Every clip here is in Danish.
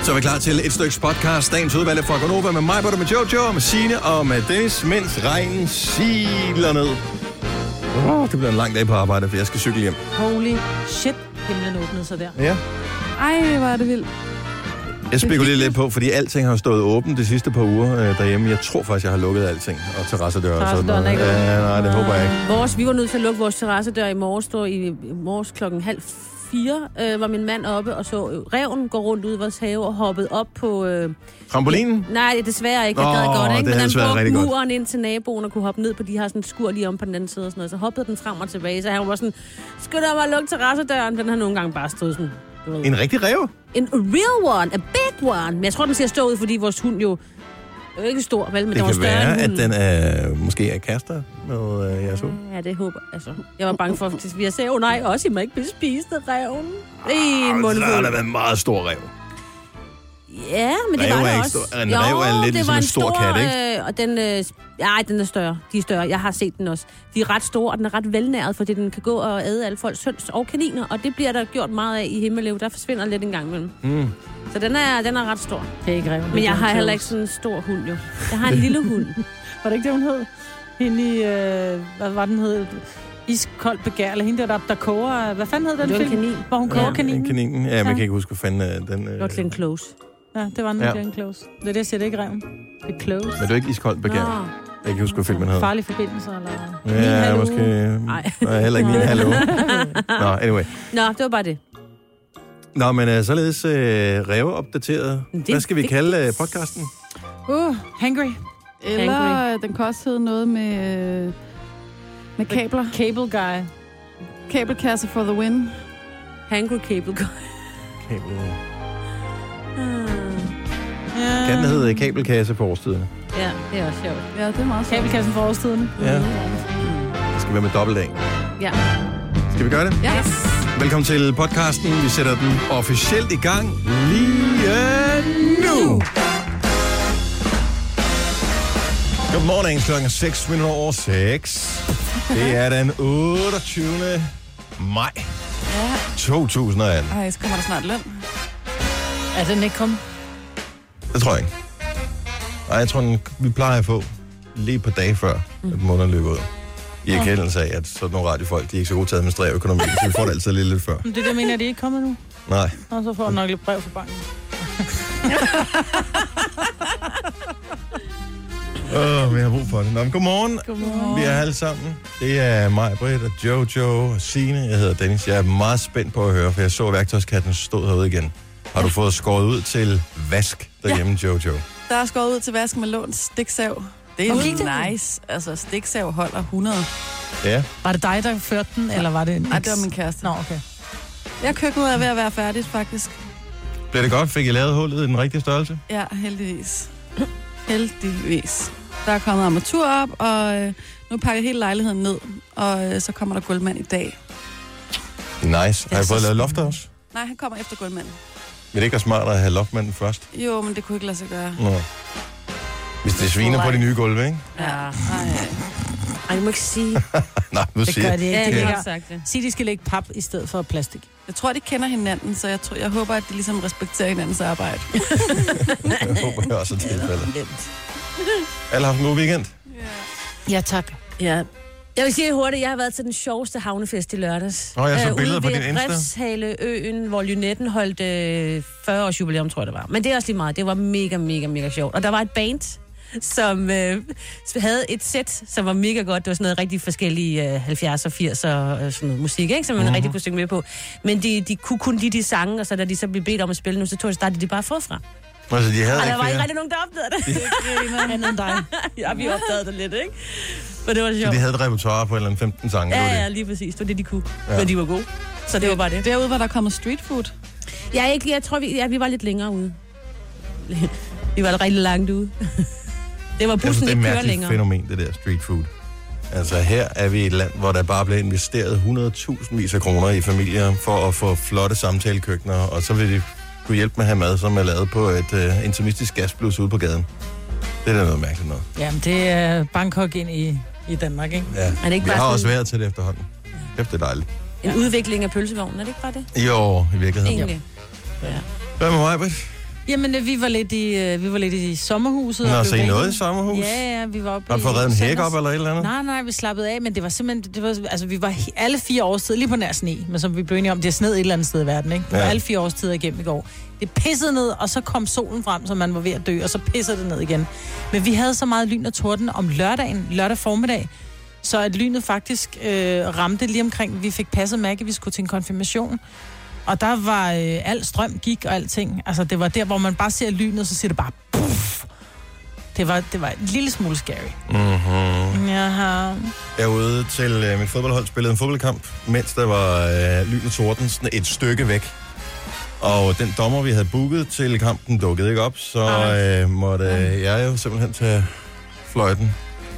Så er vi klar til et stykke podcast. Dagens udvalg fra Gonova med mig, med Jojo, med Signe og med Dennis, mens regnen siler ned. Det bliver en lang dag på arbejde, for jeg skal cykle hjem. Holy shit, himlen åbnede sig der. Ja. Ej, hvor er det vildt. Jeg spekulerer lidt på, fordi alting har stået åbent de sidste par uger derhjemme. Jeg tror faktisk, jeg har lukket alting. Og terrassedør og sådan noget. Nej, det håber jeg ikke. Vi var nødt til at lukke vores terrassedør i morges. I morges 3:30 var min mand oppe og så ræven gå rundt ud i vores have og hoppede op på... Trampolinen? Nej, desværre ikke. Jeg gad godt, ikke? Men den brugte muren ind til naboen og kunne hoppe ned på, de har sådan et skur lige om på den anden side og sådan noget. Så hoppede den frem og tilbage, så han var sådan, skynd dig at lukke terrassedøren. Den har nogle gange bare stået sådan... En rigtig ræv? En real one, a big one. Men jeg tror, den ser stå ud, fordi vores hund jo er ikke stor, vel? Men det var kan være, at den er, måske er kærester med jeres hund. Ja, det håber jeg. Altså, jeg var bange for, at vi sagde, nej, også I må ikke blive spist af ræven. Der har været en meget stor ræv. Ja, men det var det også. En ræv er lidt ligesom en stor kat, ikke? Og den, den er større. De er større. Jeg har set den også. De er ret store, og den er ret velnæret, fordi den kan gå og æde alle folks høns og kaniner, og det bliver der gjort meget af i Himmelev. Der forsvinder lidt en gang imellem. Så den er ret stor. Det er ikke ræven. Men jeg har heller ikke sådan en stor hund, jo. Jeg har en lille hund. Var det ikke det, hun hed? Hende i, hvad var den hed? Iskold begær, eller hende der koger... Hvad fanden hed den film? Kanin. Hvor hun koger kaninen? Kaninen. Ja, man kan ikke huske, hvad fanden den... Det var Glenn Close. Ja, det var den Glenn Close. Det er det, jeg siger, det er ikke ræven. Det er Close. Men det er ikke Iskold begær. Jeg kan ikke huske, hvad filmen hedder. Farlige forbindelser, eller... Ja, måske... Nej, heller ikke 9,5. Nå, anyway. Nå, det var bare det. Nå, men således ræve opdateret. Hvad skal vi kalde podcasten? Hangry. Eller Hangry. Den kan også hedde noget med kabler. Cable guy. Kabelkasse for the win. Hangry Cable Guy. Kan den hedde kabelkasse på årstiderne? Ja, det er også sjovt. Ja, det er meget sjovt. Kabelkassen for årstiderne. Ja. Det skal være med dobbelt A. Ja. Skal vi gøre det? Ja. Yes. Velkommen til podcasten. Vi sætter den officielt i gang lige nu. Godmorgen, klokken 6:06. Det er den 28. maj 2018. Ej, så kommer der snart løn. Er den ikke kommet? Det tror jeg ikke. Nej, jeg tror, vi plejer at få lige på dage før, at måneden løber ud. I erkendelse af, at sådan nogle radiofolk, de er ikke så gode til at administrere økonomi, så vi får det altid lidt før. Men det der mener, at de ikke er kommet nu. Nej. Og så får jeg nok lidt brev fra banken. Vi har brug for det. Nå, men godmorgen. Godmorgen. Vi er alle sammen. Det er mig, Britt og Jojo og Signe. Jeg hedder Dennis. Jeg er meget spændt på at høre, for jeg så, at værktøjskatten stod herude igen. Har du fået skåret ud til vask derhjemme, Jojo? Der er skåret ud til vask med lånt stiksav. Det er nice. Altså, stiksav holder 100. Ja. Var det dig, der førte den, eller var det en Nej, det var min kæreste. Nå, okay. Jeg køkkenet er ved at være færdigt, faktisk. Blev det godt? Fik I lavet hullet i den rigtige størrelse? Ja, heldigvis. Heldigvis. Der er kommet armatur op, og nu pakker hele lejligheden ned, og så kommer der gulvmand i dag. Nice. Har I fået lavet lofter også? Nej, han kommer efter gulvmanden. Vil det ikke være smart at have loftmanden først? Jo, men det kunne ikke lade sig gøre. Nå. Hvis det sviner på de nye gulve, ikke? Ja. Ej, du må ikke sige. Nej, nu Det siger gør de ikke. Ja, Det jeg er har sagt det. Sig, de skal lægge pap i stedet for plastik. Jeg tror, de kender hinanden, så jeg håber, at de ligesom respekterer hinandens arbejde. Jeg håber, jeg også er tilfældet. Alle har haft en god weekend? Ja, tak. Ja. Jeg vil sige hurtigt, jeg har været til den sjoveste havnefest i lørdags. Nå, jeg så billeder på din Insta. Insta. Refshaleøen, hvor Lynetten holdt 40 års jubilæum, tror jeg det var. Men det er også lige meget. Det var mega, mega, mega sjovt. Og der var et band, som havde et sæt, som var mega godt. Det var sådan noget rigtig forskellige 70'er og 80'er sådan noget musik, ikke? Som man rigtig kunne synge med på. Men de kunne kun lide de sange, og så da de så blev bedt om at spille nu, så startede de bare forfra. Altså, de havde Og der ikke var ikke flere. rigtig nogen, der opdagede det. Andet end dig. Ja, vi opdagede det lidt, ikke? Men det var Så sjovt. de havde et repertoire på en eller anden 15 sange. Ja, lige præcis. Det var det, de kunne. Ja. Men de var gode. Så det var bare det. Derude var der kommet street food. Jeg tror, vi var lidt længere ude. Vi var rigtig langt ude. Det var bussen, det er et ikke kører mærkeligt længere. fænomen, det der street food. Altså her er vi i et land, hvor der bare bliver investeret 100.000 af kroner i familier for at få flotte samtalekøkkener, og så vil de kunne hjælpe med at have mad, som er lavet på et intimistisk gasblus ude på gaden. Det er da noget mærkeligt noget. Jamen, det er Bangkok ind i Danmark, ikke? Ja. det ikke Vi bare har sådan- også været til det efterhånden. Kæft, det er dejligt. En udvikling af pølsevognen, er det ikke bare det? Jo, i virkeligheden. Egentlig. Ja. Hvad med mig, Britt? Jamen, vi var lidt i sommerhuset. Nå, og så blev I nåede vækket. i sommerhus? Ja, vi var oppe Har du fået reddet en hæk op eller et eller andet? Nej, vi slappede af, men det var simpelthen, vi var alle 4 årstider lige på nær sne, men som vi blev enige om, det er sned et eller andet sted i verden, ikke? Det var alle 4 årstider igennem i går. Det pissede ned, og så kom solen frem, så man var ved at dø, og så pissede det ned igen. Men vi havde så meget lyn og torden om lørdag formiddag, så at lynet faktisk ramte lige omkring, vi fik passet Maggie, vi skulle til en konfirmation. Og der var al strøm gik og alting. Altså, det var der, hvor man bare ser lynet, så siger det bare puff. Det var en lille smule scary. Mhm. Jaha. Jeg er ude til mit fodboldhold, spillede en fodboldkamp, mens der var lyn og torden sådan et stykke væk. Og den dommer, vi havde booket til kampen, dukkede ikke op, så måtte jeg jo simpelthen tage fløjten.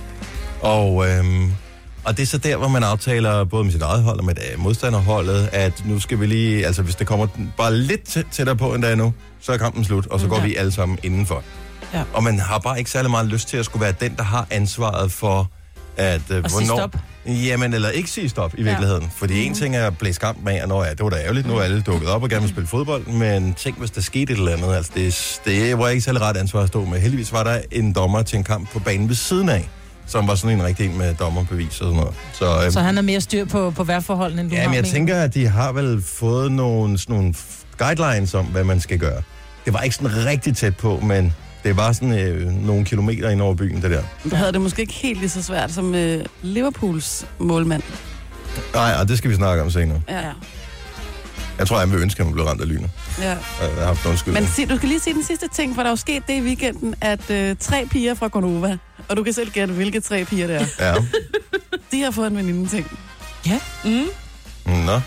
Og det er så der, hvor man aftaler både med sit eget hold og med modstanderholdet, at nu skal vi lige, altså hvis det kommer bare lidt tættere på end der er nu, så er kampen slut, og så går vi alle sammen indenfor. Ja. Og man har bare ikke særlig meget lyst til at skulle være den, der har ansvaret for, at hvornår... sige stop. Jamen, eller ikke sige stop i virkeligheden. Fordi en ting er at blæse kampen af, og det var da ærgerligt, nu er alle dukket op og gerne vil spille fodbold, men tænk, hvis der skete et eller andet. Altså, det var ikke særlig ret ansvar at stå med. Heldigvis var der en dommer til en kamp på banen ved siden af, som var sådan en rigtig en med dommerbevis og sådan noget. Så han er mere styr på vejrforholdene, end du har? Jamen, jeg tænker, at de har vel fået nogle guidelines om, hvad man skal gøre. Det var ikke sådan rigtig tæt på, men det var sådan nogle kilometer ind over byen, det der. Du havde det måske ikke helt lige så svært som Liverpools målmand. Nej, og det skal vi snakke om senere. Ja. Jeg tror, han vil ønske, at han blev ramt af lynet. Ja. Jeg har haft undskyld. Men du skal lige sige den sidste ting, for der er jo sket det i weekenden, at 3 piger fra Gonova, og du kan selv gætte, hvilke 3 piger det er. Ja. De har fået en veninde-ting. Ja. Nå.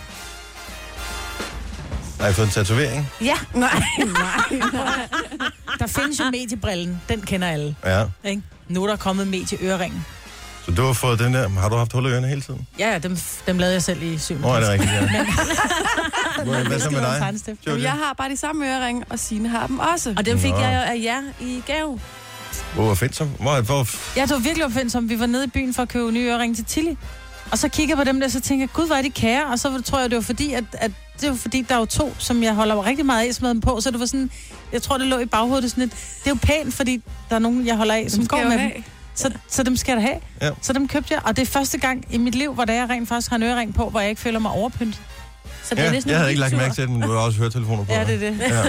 Har I fået en tatovering? Ja. Nej. Der findes jo mediebrillen, den kender alle. Ja. Ikke? Nu er der kommet medieøringen. Så du har fået den der. Har du haft hul i ørerne hele tiden? Ja, dem lavede jeg selv i 7. Nå, er det rigtigt, ja. Hvad så med dig? Jamen, jeg har bare de samme øreringe, og Signe har dem også. Og dem fik jeg jo af jer i gave. Hvor findt hvor? Ja, det var virkelig opfindsomt. Vi var nede i byen for at købe nye øreringe til Tilly. Og så kigger jeg på dem der, så tænker jeg, gud, hvor er de kære. Og så tror jeg, det var fordi, at det var fordi, der er jo 2, som jeg holder rigtig meget af, smed dem på. Så det var sådan, jeg tror, det lå i baghovedet sådan lidt. Det er jo pænt, fordi der er nogen, jeg holder af, som går med dem. Så dem skal jeg da have. Ja. Så dem købte jeg. Og det er første gang i mit liv, hvor jeg rent faktisk har en ørering på, hvor jeg ikke føler mig overpyntet. Så det er jeg havde ikke lagt mærke til det, men du har også høretelefoner på. Ja, det er det. Ja.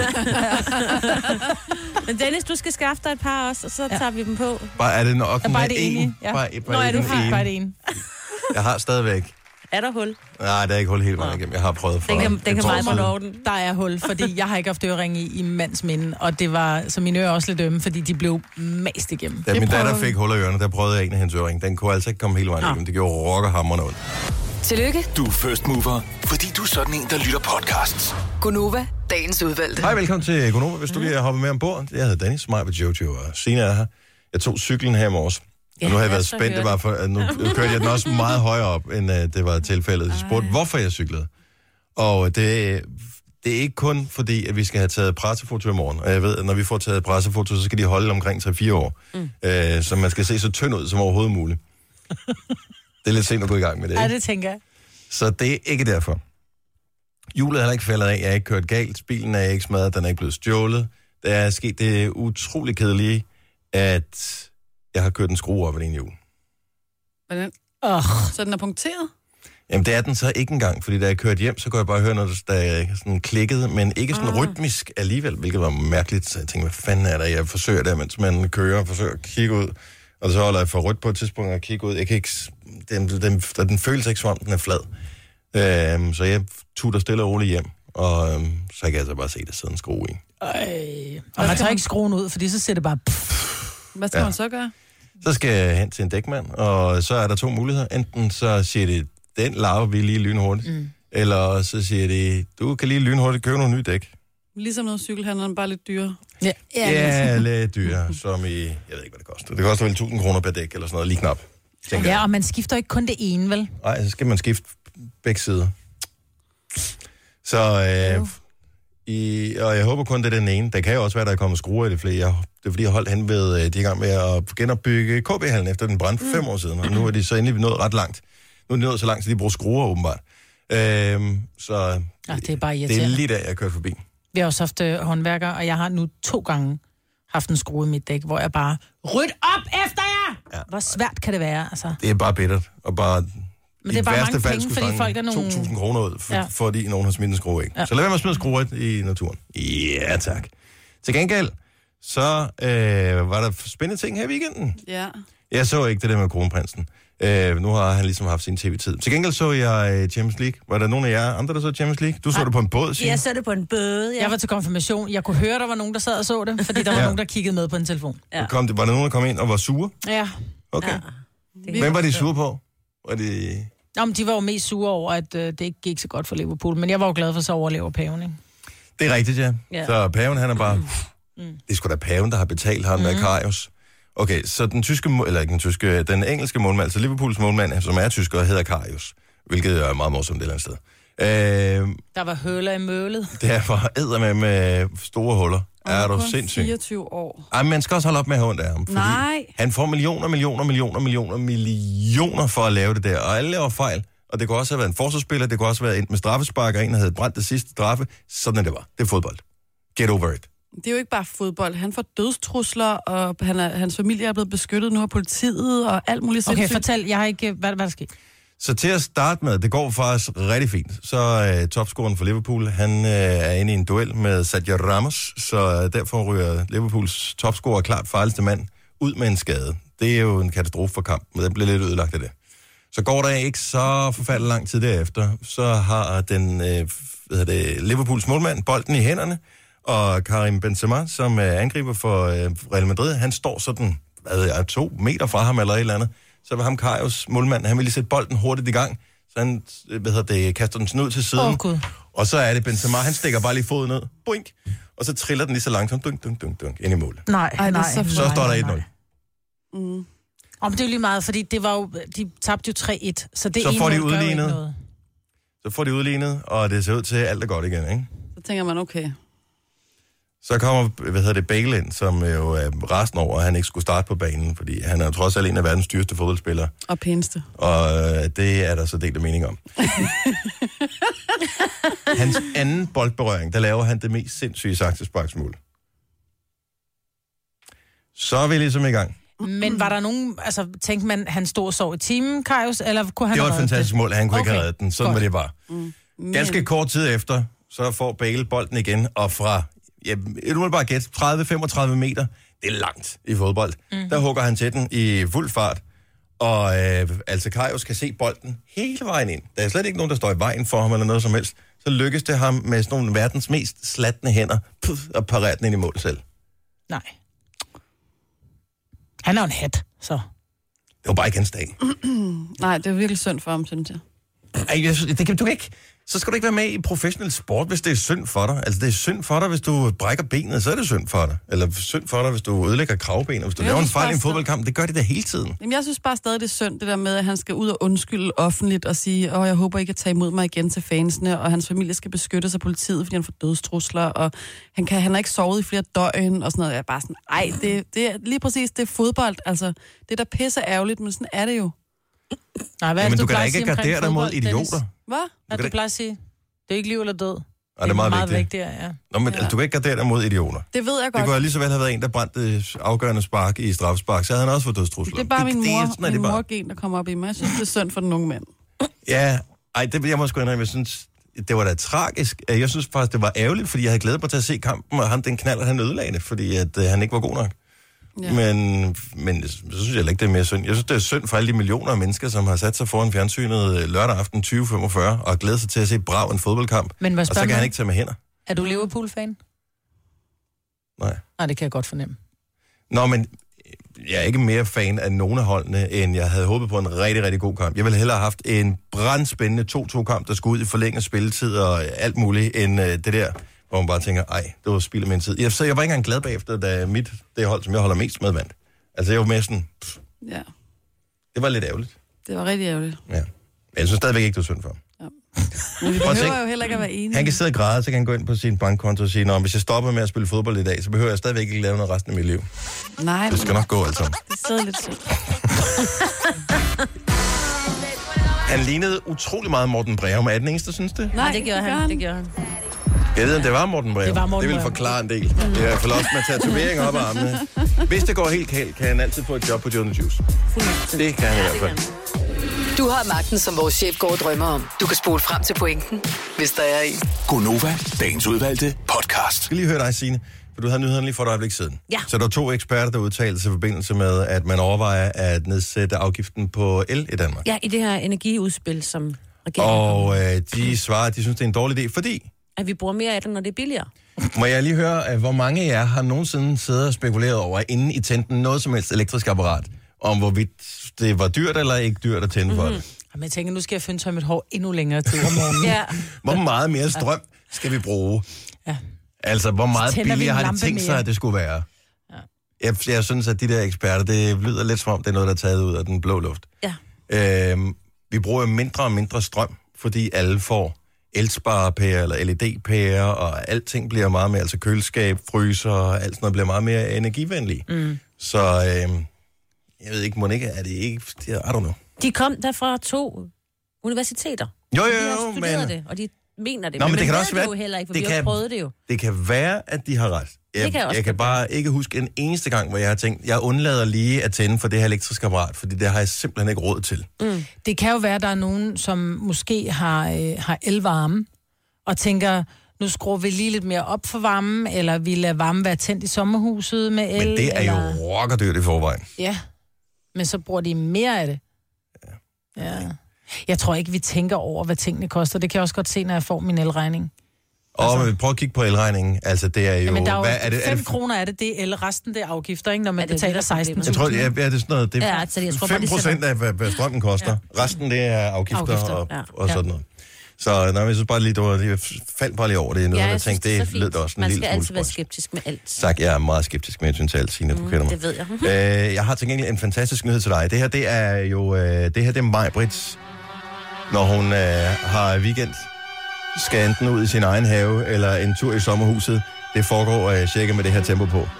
Men Dennis, du skal skaffe dig et par også, og så tager vi dem på. Bare er det nok med en? Ja. Bare det en. Jeg har stadigvæk. Er der hul? Nej, der er ikke hul hele vejen igennem. Jeg har prøvet for. Den kan meget på orden. Der er hul, fordi jeg har ikke haft øreringe i mands minde, og det var, så mine ører også lidt ømme, fordi de blev mast igennem. Da min datter fik hul i ørerne, der prøvede jeg en af hendes øreringe. Den kunne altså ikke komme hele vejen igennem. Det gjorde rockerhammerne ondt. Tillykke. Du er first mover, fordi du er sådan en, der lytter podcasts. Gonova, dagens udvalgte. Hej, velkommen til Gonova. Hvis du lige har hoppet med ombord. Jeg hedder Dennis, mig og Jojo og Signe er her. Jeg tog cyklen her i morges. Og nu har jeg været spændt. Det var for, nu kørte jeg den også meget højere op, end det var tilfældet. Jeg spurgte, hvorfor jeg cyklede. Og det er ikke kun fordi, at vi skal have taget pressefoto i morgen. Og jeg ved, at når vi får taget pressefoto, så skal de holde omkring 3-4 år. Så man skal se så tynd ud som overhovedet muligt. Det er lidt sent at gå i gang med det, ikke? Ja, det tænker jeg. Så det er ikke derfor. Hjulet er heller ikke faldet af. Jeg har ikke kørt galt. Bilen er ikke smadret. Den er ikke blevet stjålet. Der er sket det utrolig kedelige, at jeg har kørt en skrue op i en hjul. Hvordan? Så den er punkteret? Jamen, det er den så ikke engang, fordi da jeg kørte hjem, så kunne jeg bare høre noget, der er sådan klikket, men ikke sådan rytmisk alligevel, hvilket var mærkeligt. Så jeg tænkte, hvad fanden er der? Jeg forsøger det, mens man kører og forsøger at kigge ud, og så holder jeg for rødt på et tidspunkt og kigge ud. Jeg kan ikke... Den føles ikke som om, den er flad. Så jeg tutter stille og roligt hjem, og så kan jeg altså bare se, at der sidder en skrue i. Og man tager ikke skruen ud, fordi så ser det bare... Hvad skal man så gøre? Så skal jeg hen til en dækmand, og så er der 2 muligheder. Enten så siger de, den laver vi lige lynhurtigt, eller så siger de, du kan lige lynhurtigt købe nogle nye dæk. Ligesom noget cykelhandler, bare lidt dyre. Ja, lidt dyre, som i, jeg ved ikke, hvad det koster. Det koster vel 1.000 kroner per dæk, eller sådan noget, lige knap. Ja, og man skifter ikke kun det ene, vel? Nej, så skal man skifte begge sider. Så, og jeg håber kun, det er den ene. Det kan jo også være, der er kommet skruer i det flere. Det er fordi, jeg holdt hen ved, de er i gang med at genopbygge KB-hallen efter den brændte for 5 år siden. Og nu er de så endelig nået ret langt. Nu er de nået så langt, så de bruger skruer åbenbart. Så det er bare det er lige der, jeg kørte forbi. Vi har også haft håndværkere, og jeg har nu 2 gange haft en skrue i mit dæk, hvor jeg bare, ryd op efter jer! Ja. Hvor svært kan det være, altså? Det er bare bittert, og bare... Men det er bare mange penge, fordi folk er nogle... 2.000 kroner ud, fordi nogen har smidt en skrue, ikke? Ja. Så lad være med at smide skruer i naturen. Ja, tak. Til gengæld, så var der spændende ting her i weekenden. Ja. Jeg så ikke det der med kronprinsen. Nu har han ligesom haft sin tv-tid. Til gengæld så jeg Champions League. Var der nogen af jer andre, der så Champions League? Du så det på en båd, Signe? Jeg så det på en båd, ja. Jeg var til konfirmation. Jeg kunne høre, der var nogen, der sad og så det, fordi der var nogen, der kiggede med på en telefon. Ja. Var der nogen, der kom ind og var sure? Ja. Okay. Ja. Hvem var de sure på? Var de... Jamen, de var jo mest sure over, at det ikke gik så godt for Liverpool, men jeg var jo glad for, så overlever paven, ikke? Det er rigtigt, ja. Så paven, han er bare... Det er sgu da paven, der har betalt ham med Karius. Okay, så den engelske målmand, altså Liverpools målmand, som er tysker, hedder Karius, hvilket er meget morsomt et eller andet sted. Der var huller i mølet. Det var eddermame med store huller. Er du sindssygt? 24 år. Ej, man skal også holde op med at have ondt af ham. Fordi Nej. Han får millioner for at lave det der, og alle laver fejl. Og det kunne også have været en forsvarsspiller, det kunne også have været en med straffespark, og en, der havde brændt det sidste straffe. Sådan det var. Det er fodbold. Get over it. Det er jo ikke bare fodbold. Han får dødstrusler, og hans familie er blevet beskyttet nu af politiet, og alt muligt sindssygt. Okay, fortæl. Jeg har ikke... Hvad der sker? Så til at starte med, det går faktisk rigtig fint. Så topscoreren for Liverpool, han er inde i en duel med Sergio Ramos, så derfor ryger Liverpools topscorer, klart farligste mand, ud med en skade. Det er jo en katastrofe for kampen, men den bliver lidt ødelagt af det. Så går der ikke så forfærdelig lang tid derefter, så har den Liverpools målmand bolden i hænderne, og Karim Benzema, som er angriber for Real Madrid, han står sådan, 2 meter fra ham eller et eller andet. Så var ham Karius målmand, han ville lige sætte bolden hurtigt i gang, så han, kaster den sådan ud til siden. Og så er det Benzema, han stikker bare lige foden ned, boink, og så triller den lige så langsomt, dunk, ind i målet. Nej. Så står der 1-0. Men det er jo lige meget, fordi det var jo, de tabte jo 3-1, så det så får de udlignet. noget. Så får de udlignet, og det ser ud til, at alt er godt igen, ikke? Så tænker man, okay. Så kommer, Bale ind, som jo er resten over, at han ikke skulle starte på banen, fordi han er jo trods alt en af verdens dyreste fodboldspillere. Og pæneste. Og det er der så delt af mening om. Hans anden boldberøring, der laver han det mest sindssyge saksesparksmål. Så er vi ligesom i gang. Men var der nogen, altså tænkte man, han stod og sov i timen, Karius, eller kunne han det var et fantastisk mål, han kunne ikke have reddet den. Sådan godt. var det bare. Ganske kort tid efter, så får Bale bolden igen, og fra, bare gæt, 30-35 meter, det er langt i fodbold. Der hugger han til den i fuld fart, og altså Karius kan se bolden hele vejen ind. Der er slet ikke nogen, der står i vejen for ham eller noget som helst. Så lykkes det ham med sådan nogle verdens mest slatne hænder, og parere den ind i mål selv. Nej. Han er jo en hat, så. Det var bare ikke hans dag. Nej, det er virkelig synd for ham, synes jeg. Ej, det kan du ikke. Så skal du ikke være med i professionel sport, hvis det er synd for dig. Altså, det er synd for dig, hvis du brækker benet, så er det synd for dig. Eller synd for dig, hvis du ødelægger kravbenet. Hvis du laver en fejl i en fodboldkamp, det gør det da hele tiden. Jamen, jeg synes bare stadig, det er synd, det der med, at han skal ud og undskylde offentligt og sige, jeg håber ikke at tage imod mig igen til fansene, og hans familie skal beskyttes af politiet, fordi han får dødstrusler, og han har ikke sovet i flere døgn, og sådan noget. Jeg er bare sådan, det er lige præcis, det er fodbold. Altså, det er da pisse ærgerligt, men sådan er det jo. Nej, hvad men du kan da plejer ikke gardere dig mod idioter. Hvad? Hvad du plejer at sige? Det er ikke liv eller død. Og det er meget vigtigt. Ja. Nå, men du kan ikke gardere dig mod idioter. Det ved jeg godt. Det kunne lige så vel have været en, der brændte afgørende spark i straffespark, så havde han også fået dødstrusler. Det er bare min morgen, der kommer op i mig. Jeg synes, det er synd for den unge mand. Ja, det jeg må sgu indrømme, jeg synes, det var da tragisk. Jeg synes faktisk, det var ærgerligt, fordi jeg havde glædet mig til at se kampen, og den knaller, han ødelagde det, fordi at, han ikke var god nok. Ja. Men så synes jeg ikke, det er mere synd. Jeg synes, det er synd for alle de millioner af mennesker, som har sat sig foran fjernsynet lørdag aften 20:45 og glædet sig til at se brav en fodboldkamp. Men og så kan han ikke tage med hænder. Er du Liverpool-fan? Nej. Nej, det kan jeg godt fornemme. Nå, men jeg er ikke mere fan af nogen af holdene, end jeg havde håbet på en rigtig, rigtig god kamp. Jeg ville hellere have haft en brandspændende 2-2-kamp, der skulle ud i forlænget spilletid og alt muligt, end det der, hvor man bare tænker, det var spild af min tid. Så jeg var ikke engang glad bagefter, da det hold, som jeg holder mest med, vandt. Altså, jeg var med sådan... Ja. Det var lidt ærgerligt. Det var rigtig ærgerligt. Ja. Men jeg synes stadigvæk ikke, det var synd for ham. Ja. Men vi behøver jo heller ikke at være enige. Han kan sidde og græde, så kan han gå ind på sin bankkonto og sige, hvis jeg stopper med at spille fodbold i dag, så behøver jeg stadigvæk ikke lave noget resten af mit liv. Nej. Det skal nok gå alt sammen. Det sidder lidt synd. Han lignede utrolig meget Morten Breum. Er den eneste, synes det? Nej, det gjorde han. Jeg ved, om det var Morten Breum. Det var Morten Det vil Breum. forklare en del. Jeg har fået også med tatoveringer op ad armene. Hvis det går helt galt, kan han altid få et job på Jonas Juice. Det kan han i hvert fald. Du har magten, som vores chef går og drømmer om. Du kan spole frem til pointen, hvis der er en. Gonova, dagens udvalgte podcast. Jeg skal lige høre dig, Signe, for du havde nyhederne lige for et øjeblik siden. Ja. Så der er 2 eksperter, der udtalte sig i forbindelse med, at man overvejer at nedsætte afgiften på el i Danmark. Ja, i det her energiudspil, som regeringen Og de svarer, at de synes, det er en dårlig idé, fordi... at vi bruger mere af det, når det er billigere. Må jeg lige høre, hvor mange af jer har nogensinde siddet og spekuleret over, inden I tændte noget som helst elektrisk apparat, om hvorvidt det var dyrt eller ikke dyrt at tænde for det? Men jeg tænker, nu skal jeg finde mit hår endnu længere tid om morgenen. Ja. Hvor meget mere strøm skal vi bruge? Ja. Altså, hvor meget tænder vi billigere en har de lampe tænkt sig, mere. at det skulle være? Ja. Jeg synes, at de der eksperter, det lyder lidt som om, det er noget, der er taget ud af den blå luft. Ja. Vi bruger mindre og mindre strøm, fordi alle får elsparepærer eller LED-pærer, og alting bliver meget mere, altså køleskab, fryser og alt sådan noget, bliver meget mere energivenlige. Så jeg ved ikke, er det ikke, I don't know. De kom der fra 2 universiteter. Jo, De har studeret men det, og de mener det. Nå, men det kan ved også være- jo heller ikke, for det vi har kan- jo prøvet det jo. det kan være, at de har ret. Det kan også Jeg kan godt bare ikke huske en eneste gang, hvor jeg har tænkt, jeg undlader lige at tænde for det her elektriske apparat, fordi det har jeg simpelthen ikke råd til. Det kan jo være, at der er nogen, som måske har elvarme, og tænker, nu skruer vi lige lidt mere op for varmen, eller vi lader varmen være tændt i sommerhuset med el. Men det er eller... jo rockerdyrt i forvejen. Ja, men så bruger de mere af det. Ja. Jeg tror ikke, vi tænker over, hvad tingene koster. Det kan jeg også godt se, når jeg får min elregning. Og prøv at kigge på elregningen. Altså, det er jo... Men der er jo hvad er det, 5 kroner af det el, resten det er afgifter, ikke? Når man Ja, det er betaler det, der er 16.000. problemet. Jeg tror, det er sådan noget. Det er Ja, så jeg tror bare, de 5% af, hvad strømmen koster. Ja. Resten, det er afgifter og sådan noget. Så nej, jeg synes bare lige, jeg faldt bare lige over det. Noget, jeg tænkte, det lød da også en Man lille skal smule altid være spøjst. skeptisk med alt. Sagt, jeg er meget skeptisk med hensyn til alt, Signe, du kender mig. Det ved jeg. Jeg har til gengæld en fantastisk nyhed til dig. Det her, det er jo... det her, det er Maj-Brits, når hun har weekend. Skal enten ud i sin egen have, eller en tur i sommerhuset. Det foregår cirka med det her tempo på.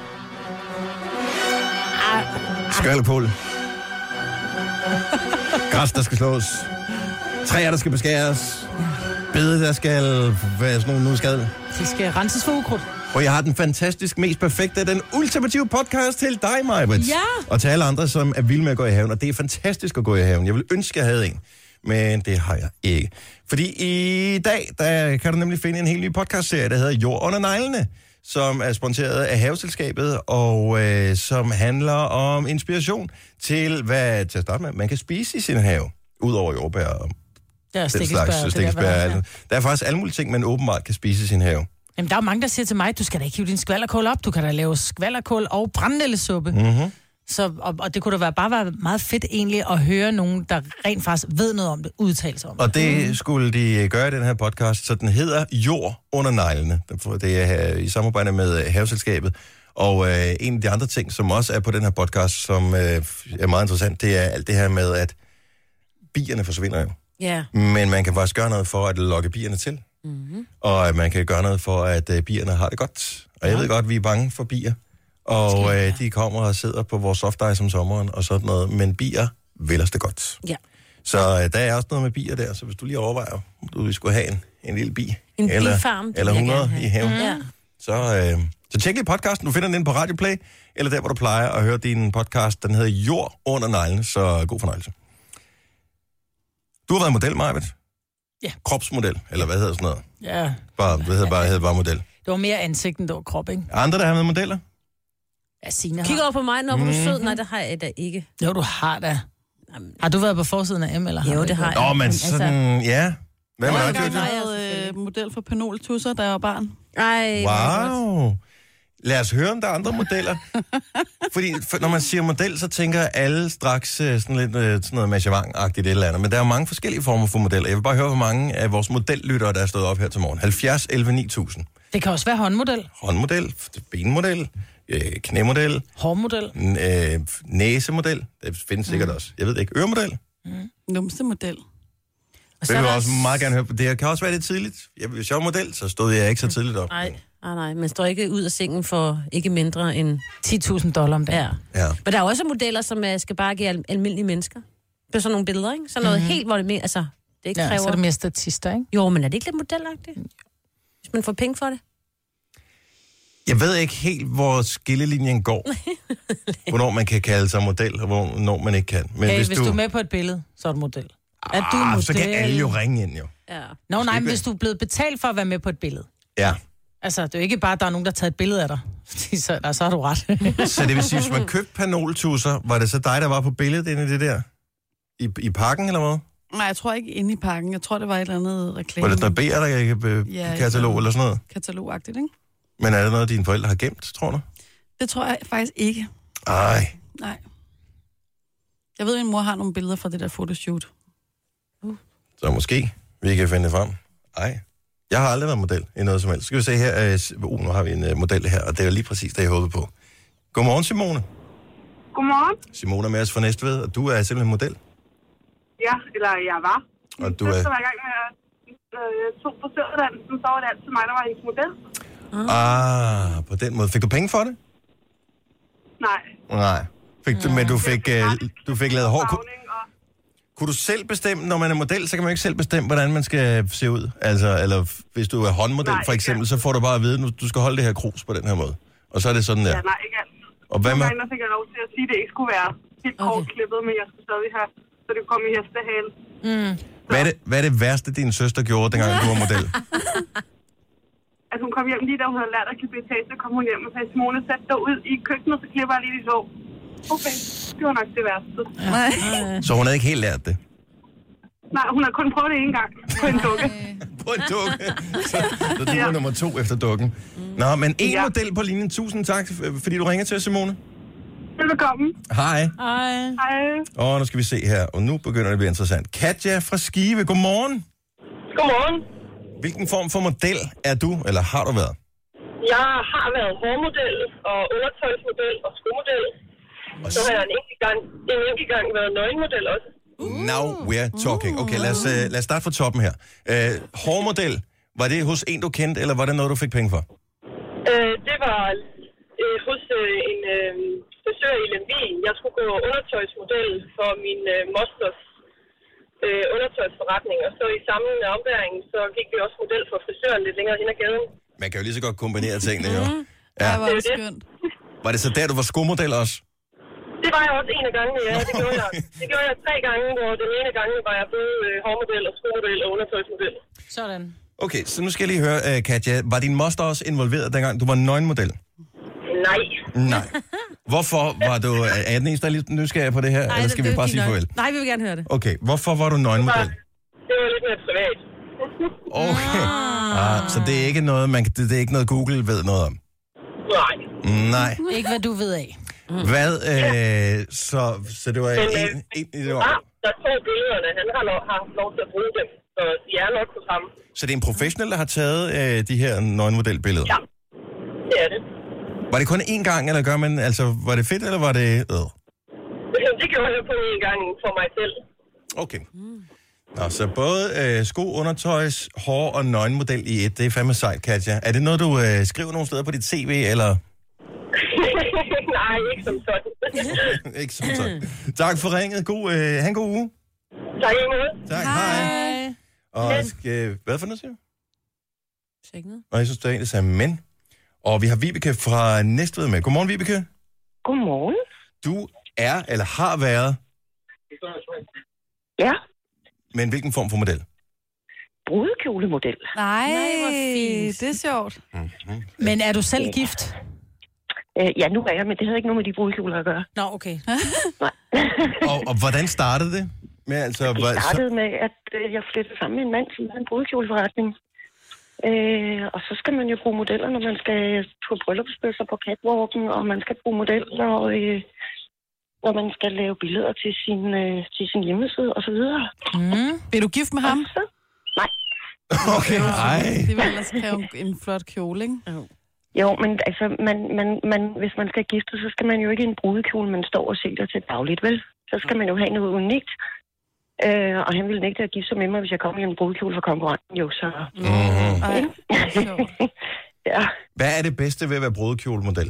Skvalderkål. Græs, der skal slås. Træer, der skal beskæres. Bede, der skal... Hvad er sådan nogle nu skal? De skal renses for ukrudt. Og jeg har den fantastisk, mest perfekte, den ultimative podcast til dig, Maj-Brits. Ja. Og til alle andre, som er vilde med at gå i haven. Og det er fantastisk at gå i haven. Jeg vil ønske, jeg havde en. Men det har jeg ikke. Fordi i dag, der kan du nemlig finde en helt ny podcastserie, der hedder Jord under neglene, som er sponsoreret af Haveselskabet, og som handler om inspiration til, hvad til at starte med, man kan spise i sin have, udover jordbær og Der er den slags stikkelsbær. Der er faktisk alle mulige ting, man åbenbart kan spise i sin have. Jamen, der er jo mange, der siger til mig, du skal da ikke hive din skvalderkål op. Du kan da lave skvalderkål og brændenældesuppe. Mm-hmm. Så, og det kunne da bare være meget fedt egentlig at høre nogen, der rent faktisk ved noget om det, udtale sig om det. Og det skulle de gøre i den her podcast, så den hedder Jord under neglene. Det er i samarbejde med Haveselskabet. Og en af de andre ting, som også er på den her podcast, som er meget interessant, det er alt det her med, at bierne forsvinder jo. Ja. Men man kan faktisk gøre noget for at lokke bierne til. Mm-hmm. Og man kan gøre noget for, at bierne har det godt. Og jeg ved godt, vi er bange for bier. Og de kommer og sidder på vores softice om sommeren og sådan noget. Men bier vil os det godt. Ja. Så der er også noget med bier der. Så hvis du lige overvejer, om du skulle have en lille bi. En eller, bifarm, det eller vil jeg 100 gerne have. i haven. Ja. Så tjek lige podcasten. Du finder den inde på Radio Play. Eller der, hvor du plejer at høre din podcast. Den hedder Jord under neglene. Så god fornøjelse. Du har været model, Majbet. Ja. Kropsmodel, eller hvad hedder sådan noget? Ja. Hedder bare model. Det var mere ansigt, end det var krop, ikke? Andre, der har været modeller? Ja, Signe Kig har. over på mig, når du er sød. Nej, det har jeg da ikke. Jo, du har da. Har du været på forsiden af M, eller Jo, du det ikke har været? jeg. Nå, men sådan, ja. Hvad med dig, Jeg Jojo? har været model for penoltusser, da jeg var barn. Ej, Wow. Lad os høre, om der er andre modeller. Fordi når man siger model, så tænker alle straks sådan lidt sådan noget machevang-agtigt eller andet. Men der er jo mange forskellige former for modeller. Jeg vil bare høre, hvor mange af vores modellyttere, der er stået op her til morgen. 70, 11, 9000. Det kan også være håndmodel, Håndmodel, benmodel, knæmodel, hårmodel. næsemodel. Det findes sikkert også. Jeg ved det ikke. Øremodel. Numsemodel. Og Det vil jeg også meget gerne høre. Det kan også være lidt tidligt. Hvis jeg var model, så stod jeg ikke så tidligt op. Nej, man står ikke ud af sengen for ikke mindre end... $10.000 om dagen. Ja. Ja. Men der er også modeller, som skal bare give almindelige mennesker. Det er sådan nogle billeder, ikke? Sådan noget helt, hvor det mere... Altså, det ikke Ja, kræver... så er det mere statister, ikke? Jo, men er det ikke lidt modelagtigt? Hvis man får penge for det? Jeg ved ikke helt, hvor skillelinjen går. Hvornår man kan kalde sig model, og hvornår man ikke kan. Men hvis du er med på et billede, så er du model. Er du model? Så kan alle jo ringe ind, jo. Ja. Nå, nej, men hvis du er blevet betalt for at være med på et billede. Ja. Altså, det er jo ikke bare, at der er nogen, der har taget et billede af dig. Så har du ret. Så det vil sige, hvis man købte panoltusser, var det så dig, der var på billedet inde i det der? I parken, eller hvad? Nej, jeg tror ikke inde i pakken. Jeg tror, det var et eller andet reklame. Var det noget BR-katalog eller sådan noget? Katalogagtigt, ikke? Men er det noget, dine forældre har gemt, tror du? Det tror jeg faktisk ikke. Ej. Nej. Jeg ved, at min mor har nogle billeder fra det der fotoshoot. Så måske vi kan finde det frem. Ej. Jeg har aldrig været model i noget som helst. Skal vi se her. Nu har vi en model her, og det er lige præcis det, jeg håbede på. Godmorgen, Simone. Godmorgen. Simone er med os fra Næstved, og du er simpelthen model. Ja, eller jeg var. Og du er... var i gang med at tog på søuddannelsen, så var det altid mig, der var hendes model. På den måde. Fik du penge for det? Nej. Men du fik lavet hår. Kunne du selv bestemme, når man er model, så kan man ikke selv bestemme, hvordan man skal se ud? Altså, eller hvis du er håndmodel, for eksempel, så får du bare at vide, at du skal holde det her krus på den her måde. Og så er det sådan der. Ja, nej, ikke altid. Og hvad med? Der fik jeg lov til at sige, at det ikke skulle være helt kort klippet, men jeg skulle stadig have, så det kom i hestehale. Hvad er det værste, din søster gjorde, dengang du var model? Altså, hun kom hjem lige da hun havde lært at klippe etage, så kom hun hjem og sagde, Simone, sæt dig ud i køkkenet, så klipper jeg lige dit hår. Okay, det var nok det værste. Så hun havde ikke helt lært det? Nej, hun har kun prøvet det en gang på en dukke. På en dukke? Så du var nummer 2 efter dukken. Nå, men en model på linjen. Tusind tak, fordi du ringer til os, Simone. Velkommen. Hej. Hej. Nu skal vi se her, og nu begynder det at blive interessant. Katja fra Skive, godmorgen. Godmorgen. Hvilken form for model er du, eller har du været? Jeg har været hårmodel og undertøjsmodel og skomodel. Så har jeg en enkelt gang været nøgenmodel også. Now we're talking. Okay, lad os starte fra toppen her. Hårmodel, var det hos en, du kendte, eller var det noget, du fik penge for? Det var hos en frisør i Lemvig. Jeg skulle gå undertøjsmodel for min mosters undertøjsforretning, og så i samme ombæring, så gik vi også model for frisøren lidt længere hen ad gaden. Man kan jo lige så godt kombinere tingene, jo. Ja, var det skønt. Var det så der, du var skomodel også? Det var jeg også en af gangene, ja. Det gjorde jeg. Det gjorde jeg 3 gange, hvor den ene gang var jeg både hårmodel og skomodel og undertøjsmodel. Sådan. Okay, så nu skal jeg lige høre, Katja, var din moster også involveret, dengang du var nøgenmodel? Nej. Hvorfor var du... Er den eneste, der er lidt nysgerrig på det her, eller skal vi bare sige farvel? Nej, vi vil gerne høre det. Okay, hvorfor var du nøgenmodel? Det var lidt mere privat. Okay. Så det er ikke noget, det er ikke noget Google ved noget om? Nej. Ikke hvad du ved af. Hvad? Så det var en... Der er 2 billederne. Han har lov til at bruge dem, så de er nok hos ham. Så det er en professionel, der har taget de her nøgenmodelbilleder? Ja, det er det. Var det kun én gang, eller gør man... Altså, var det fedt, eller var det... Det gjorde jeg kun én gang for mig selv. Okay. Nå, så både sko, undertøjs, hår og nøgenmodel i et. Det er fandme sejt, Katja. Er det noget, du skriver nogle steder på dit CV, eller... Nej, ikke som sådan. Ikke som sådan. Tak for ringet. Ha' en god uge. Tak i måde. Tak, hej. Og hvad for noget, siger du? Og jeg synes, der er en, der sagde men. Og vi har Vibeke fra Næstved med. Godmorgen, Vibeke. Godmorgen. Du er, eller har været... Ja. Men hvilken form for model? Brudekjolemodel. Nej, hvor fint. Det er sjovt. Mm-hmm. Men er du selv gift? Ja, nu er jeg, men det havde ikke noget med de brudekjoler at gøre. Nå, okay. og hvordan startede det? Det startede med, at jeg flyttede sammen med en mand, som havde en brudekjoleforretning. Og så skal man jo bruge modeller, når man skal på bryllupsbøsser på catwalken, og man skal bruge modeller, når man skal lave billeder til sin hjemmeside, og så videre. Vil du gift med ham? Nej. Okay, ej. Det vil ellers kræve en flot kjole, ikke? Jo, men altså, hvis man skal gifte, så skal man jo ikke i en brudekjole, man står og sælger til dagligt, vel? Så skal man jo have noget unikt. Og han ville nægte at gifte sig med mig, hvis jeg kom i en brudekjole for konkurrenten, jo, så... Ja. Hvad er det bedste ved at være brudekjolemodel?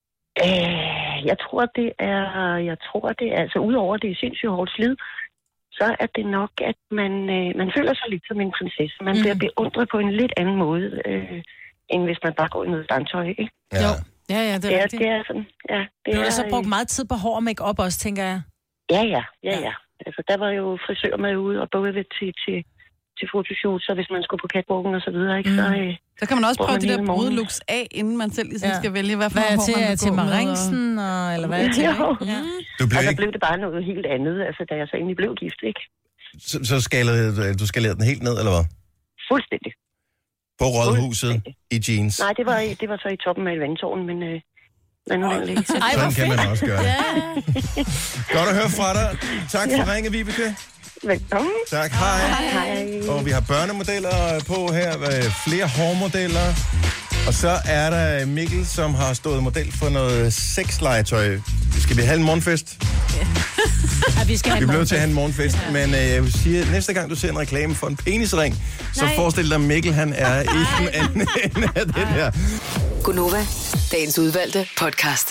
Jeg tror, det er... Altså, udover det er sindssygt hårdt slid, så er det nok, at man føler sig lidt som en prinsesse. Man bliver beundret på en lidt anden måde, end hvis man bare går i noget stangtøj, ikke? Ja. Jo. Ja, det er rigtigt. Det er sådan, ja. Du har så brugt meget tid på hår og make-up også, tænker jeg. Ja. Altså, der var jo frisør med ude og både til fotoshoot, så hvis man skulle på catwalken og så videre, ikke? Så kan man også prøve de der brudelooks af, inden man selv ligesom skal vælge, hvad for hår man vil gå med. til maringsen, eller hvad er til? Ja. Og så blev det bare noget helt andet, altså da jeg så egentlig blev gift, ikke? Så du skalerede den helt ned, eller hvad? Fuldstændig. På Rådhuset i jeans? Nej, det var så i toppen af et vandtårn, men nu er det ikke. Sådan kan man også gøre det. Godt at høre fra dig. Tak for ringe, Vibeke. Velkommen. Tak, hej. Og vi har børnemodeller på her, flere hårmodeller. Og så er der Mikkel, som har stået model for noget sexlegetøj. Skal vi have en morgenfest? Ja, vi skal have vi bliver nødt til at have en morgenfest. Men jeg vil sige, at næste gang du ser en reklame for en penisring, så forestil dig, Mikkel, han er i den anden ende af det her. Gunova, dagens udvalgte podcast.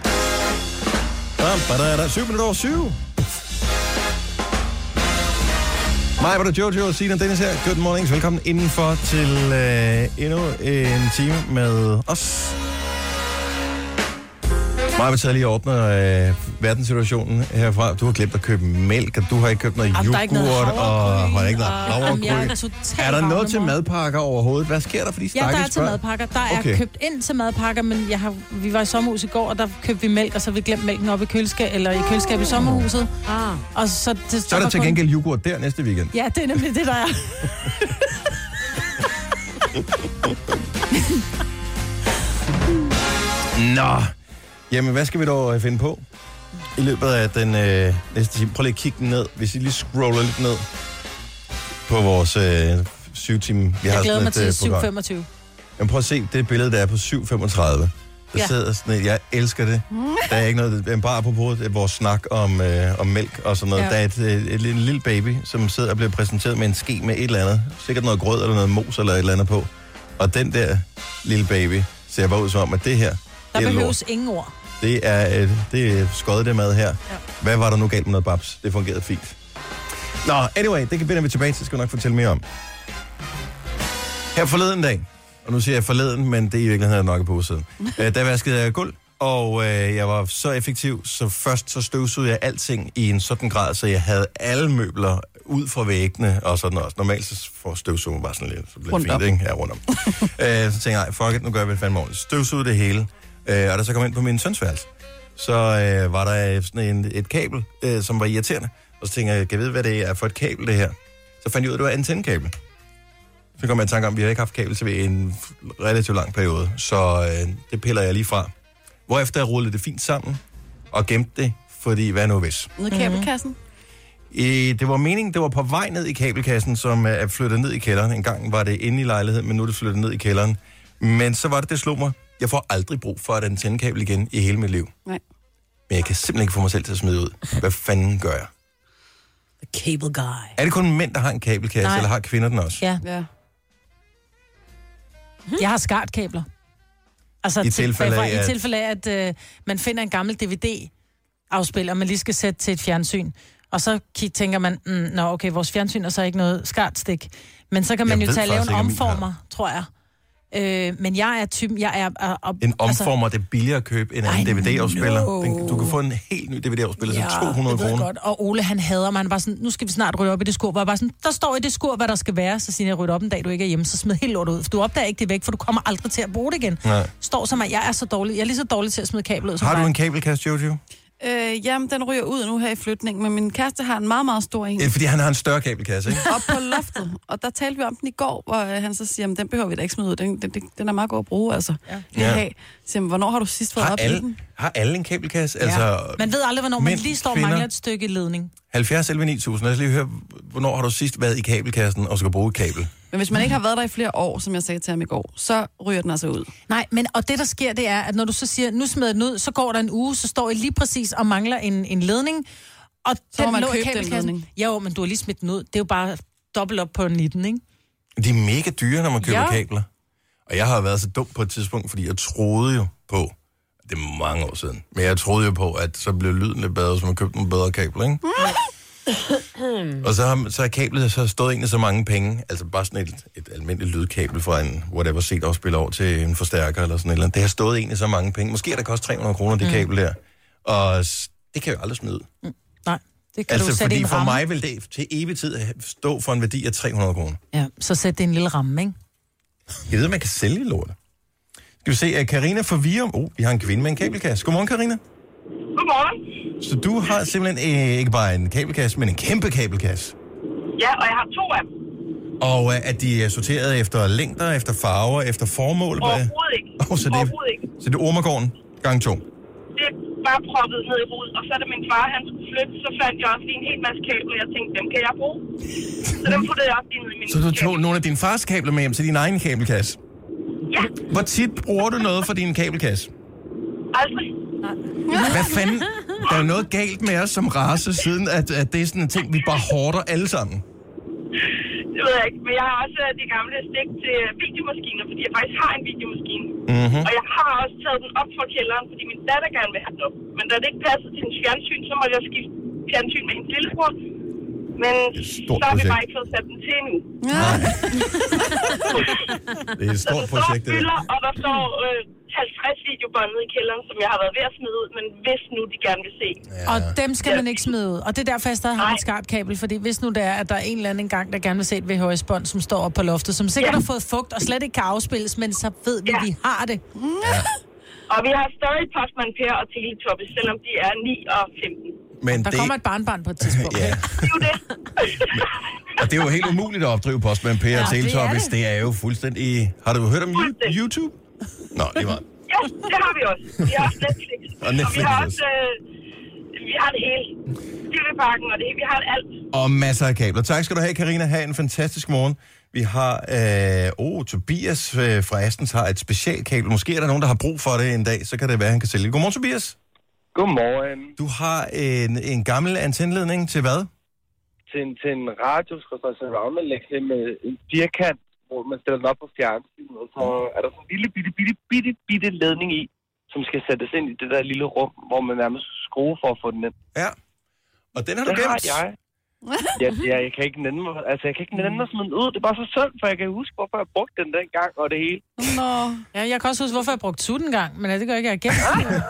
7:07. Mig var der Jojo og Sina Dennis her. Good morning, velkommen indenfor til endnu en time med os. Mig vil lige åbne verdenssituationen herfra. Du har glemt at købe mælk, og du har ikke købt noget yoghurt, og har ikke noget havregryn. Er der noget til madpakker overhovedet? Hvad sker der for de stakkels børn? Ja, der er til madpakker. Der er købt ind til madpakker, men vi var i sommerhus i går, og der købte vi mælk, og så har vi glemt mælken op i køleskabet i sommerhuset. Og så er der til gengæld yoghurt der næste weekend. Ja, det er nemlig det, der er. Nå. Jamen, hvad skal vi dog finde på i løbet af den næste time? Prøv lige at kigge ned, hvis I lige scroller lidt ned på vores 7-time. Jeg glæder mig til 7.25. Men prøv at se det billede, der er på 7.35. Der sidder sådan et, jeg elsker det. Der er ikke noget, bare apropos vores snak om mælk og sådan noget. Der er et lille baby, som sidder og bliver præsenteret med en ske med et eller andet. Sikkert noget grød eller noget mos eller et eller andet på. Og den der lille baby ser bare ud som om, at det her... Der behøves ingen ord. Det er skøjet det mad her. Ja. Hvad var der nu galt med noget babs? Det fungerede fint. Nå, anyway, det kan vi tilbage til, skal jeg nok fortælle mere om. Her forleden dag, og nu siger jeg forleden, men det er i virkeligheden nok på siden. Der vaskede jeg gulv, og jeg var så effektiv, så først så støvsugede jeg alting i en sådan grad, så jeg havde alle møbler ud fra væggene og sådan også. Normalt så får støvsugen bare sådan lidt, så bliver det fint, ikke? Ja, rundt om. Så tænkte jeg, fuck it, nu gør vi det fandme ordentligt. Støvsugede det hele. Og da så kom ind på min sønsværelse, så var der sådan et kabel, som var irriterende. Og så tænkte jeg, kan jeg vide, hvad det er for et kabel, det her? Så fandt jeg ud af, at det var antennekabel. Så kom jeg i tanke om, at vi har ikke haft kabel til i en relativt lang periode. Så det piller jeg lige fra. Hvorefter jeg rullede det fint sammen og gemte det, fordi hvad nu hvis? Nede i kabelkassen? Det var meningen, det var på vej ned i kabelkassen, som er flyttet ned i kælderen. En gang var det inde i lejligheden, men nu er det flyttet ned i kælderen. Men så var det slog mig. Jeg får aldrig brug for et antennekabel igen i hele mit liv. Nej. Men jeg kan simpelthen ikke få mig selv til at smide ud. Hvad fanden gør jeg? The cable guy. Er det kun mænd, der har en kabelkasse, eller har kvinder den også? Ja. Jeg har skartkabler. Altså, i tilfælde af, at man finder en gammel DVD-afspiller, man lige skal sætte til et fjernsyn. Og så tænker man, okay, vores fjernsyn er så ikke noget skartstik. Men så kan man jo lave en omformer, tror jeg. Men jeg er typen, en omformer, det er billigere at købe en anden DVD-afspiller. Du kan få en helt ny DVD-afspiller til 200 kroner. Godt. Og Ole, han hader mig. Han bare sådan, nu skal vi snart rydde op i det skur. Hvor jeg bare sådan, der står i det skur, hvad der skal være. Så siger jeg, rydde op en dag, du ikke er hjemme, så smid helt lort ud. For du opdager ikke det væk, for du kommer aldrig til at bruge det igen. Nej. Står som jeg er så dårlig. Jeg er lige så dårlig til at smide kabel ud. Har du en kabelkasse, Jojo? Jamen, den ryger ud nu her i flytningen, men min kæreste har en meget, meget stor en. Fordi han har en større kabelkasse, ikke? Op på loftet. Og der talte vi om den i går, hvor han så siger, den behøver vi da ikke smide ud. Den er meget god at bruge, altså. Ja. Siger, hvornår har du sidst været op i den? Har alle en kabelkasse? Ja. Altså, man ved aldrig, hvornår man lige står og mangler et stykke ledning. 70 11 9000. Lad os lige høre, hvornår har du sidst været i kabelkassen og skal bruge et kabel? Men hvis man ikke har været der i flere år, som jeg sagde til ham i går, så ryger den altså ud. Nej, men og det der sker, det er, at når du så siger, nu smider den ud, så går der en uge, så står I lige præcis og mangler en ledning. Og så må man købe den ledning. Jo, men du har lige smidt den ud. Det er jo bare dobbelt op på 19, ikke? De er mega dyre, når man køber kabler. Og jeg har været så dum på et tidspunkt, fordi jeg troede jo på, det er mange år siden, men jeg troede jo på, at så blev lyden lidt bedre, så man købte nogle bedre kabler, ikke? Og så er kablet så stået egentlig så mange penge, altså bare sådan et almindeligt lydkabel fra en whatever CD-afspiller over til en forstærker eller sådan et eller andet. Det har stået egentlig så mange penge. Måske er det kost 300 kroner, det kabel der. Og det kan jo aldrig smide ud. Nej, det kan Altså du sætte fordi en for ramme. mig vil det til evig tid stå for en værdi af 300 kroner. Ja, så sæt det en lille ramme, ikke? Jeg ved, at man kan sælge lortet. Skal vi se, at Carina fra Virum... vi har en kvinde med en kabelkasse. Godmorgen, Carina. Godmorgen. Så du har simpelthen ikke bare en kabelkasse, men en kæmpe kabelkasse. Ja, og jeg har 2 af dem. Og er de sorteret efter længder, efter farver, efter formål? Overhovedet ikke. Overhovedet ikke. Så det er Ormergården gang 2? Det er bare proppet ned i rod, og så da min far han skulle flytte, så fandt jeg også lige en hel masse kabler, og jeg tænkte, dem kan jeg bruge. Så dem puttede jeg også lige ned i min Så du tog nogle af dine fars kabler med hjem til din egen kabelkasse? Ja. Hvor tit bruger du noget for din kabelkasse? Aldrig. Hvad fanden? Der er jo noget galt med os som race, siden at det er sådan en ting, vi bare hårder alle sammen. Det ved jeg ikke, men jeg har også de gamle stik til videomaskiner, fordi jeg faktisk har en videomaskine. Mm-hmm. Og jeg har også taget den op fra kælderen, fordi min datter gerne vil have den op. Men da det ikke passede til hendes fjernsyn, så måtte jeg skifte fjernsyn med hendes lillebror. Men så har vi bare ikke fået sat den til endnu. Nej. Det er et stort projekt, det der. Og der står 50 videobånd nede i kælderen, som jeg har været ved at smide ud, men hvis nu de gerne vil se. Ja. Og dem skal man ikke smide ud. Og det er derfor, jeg stadig har et skarpt kabel, fordi hvis nu det er, at der er en eller anden gang, der gerne vil se et VHS-bånd, som står op på loftet, som sikkert har fået fugt og slet ikke kan afspilles, men så ved vi, vi har det. Ja. Og vi har stadig Postman Per og Teletubbies, selvom de er 9 og 15. Men der kommer et barnbarn på et tidspunkt. Ja. Det er jo det. Og det er jo helt umuligt at opdrive Postman Per og Teletubbies. Det er jo fuldstændig... Har du hørt om YouTube? Nå, det var... Ja, det har vi også. Vi har også Netflix. Og Netflix vi har også... vi har det hele. TV-pakken og det hele. Vi har alt. Og masser af kabler. Tak skal du have, Carina. Ha' en fantastisk morgen. Vi har... Tobias fra Astens har et specialkabel. Måske er der nogen, der har brug for det en dag. Så kan det være, han kan sælge det. Godmorgen, Tobias. Godmorgen. Du har en gammel antenneledning til hvad? Til en radio-surround-anlæg med en firkant, hvor man stiller den op på fjernsynet, og så er der sådan en lille bitte ledning i, som skal sættes ind i det der lille rum, hvor man nærmest skrue for at få den ind. Ja, og den har du gemt? Det har jeg. Jeg kan ikke nænde mig, jeg kan ikke nænde mig sådan ud. Det er bare så synd, for jeg kan huske, hvorfor jeg brugte den dengang og det hele. Nå. Ja, jeg kan også huske, hvorfor jeg brugte sutten engang, men det gør ikke, jeg gemt.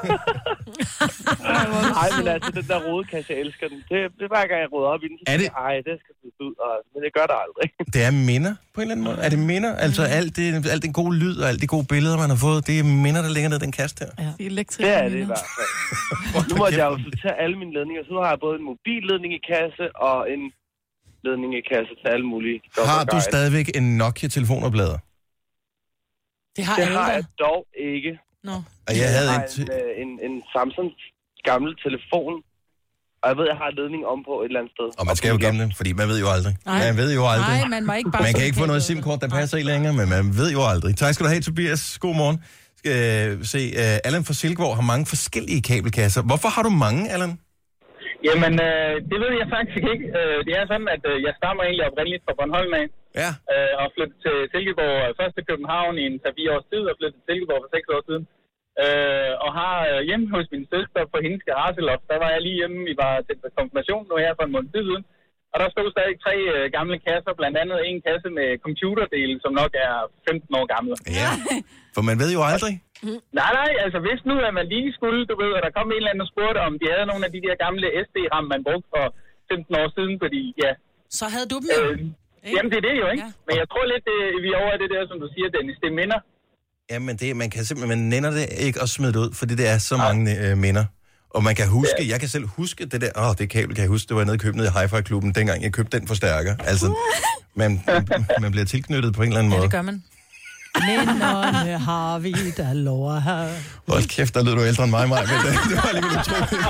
Nej, men altså, den der rodekasse, jeg elsker den. Det er hver gang, jeg råder op i den, så siger jeg, det skal blive ud, men jeg gør det aldrig. Det er minder på en eller anden måde. Er det minder? Altså alt den gode lyd og alt de gode billeder, man har fået, det er minder, der ligger ned i den kasse her. Ja. Det er det i hvert fald. Nu måtte jeg jo sortere alle mine ledninger, så nu har jeg både en mobilledning i kasse og en ledning i kasse til alle mulige. Har du stadigvæk en Nokia-telefonoplader? Det har jeg dog ikke. Nå. Og jeg havde en Samsung gammel telefon, og jeg ved, jeg har en ledning om på et eller andet sted. Og man skal jo gemme det, fordi man ved jo aldrig. Man ved jo aldrig. Nej, man må ikke bare... Man kan ikke få noget SIM-kort, der passer i længere, men man ved jo aldrig. Tak skal du have, Tobias. God morgen. Skal se, Allan fra Silkeborg har mange forskellige kabelkasser. Hvorfor har du mange, Allan? Jamen, det ved jeg faktisk ikke. Det er sådan, at jeg stammer egentlig oprindeligt fra Bornholm af. Ja. Og flyttede til Silkeborg, først til København i en 3-4 års tid, og flyttede til Silkeborg for 6 år siden. Og har hjemme hos min søster på hendes garageloft, der var jeg lige hjemme, vi var til konfirmation nu her for en måned siden. Og der stod stadig 3 gamle kasser, blandt andet en kasse med computerdele, som nok er 15 år gamle. Ja, for man ved jo aldrig. Nej, altså hvis nu, at man lige skulle, du ved, at der kom en eller anden og spurgte, om de havde nogle af de der gamle SD-ram, man brugte for 15 år siden, fordi ja... Så havde du dem jo. Jamen det er det jo, ikke? Ja. Men jeg tror lidt, vi er over det der, som du siger, Dennis, det er minder. Jamen man kan simpelthen, man nænder det ikke at smide det ud, fordi det er så mange minder. Og man kan huske, jeg kan selv huske det der, det kabel kan jeg huske, det var nede i købet i Hi-Fi-klubben, dengang jeg købte den forstærker. Altså, man bliver tilknyttet på en eller anden måde. Ja, det gør man. Minderne har vi, der lover her. Hold kæft, der lød du ældre end mig, Maja. Det var alligevel utroligt.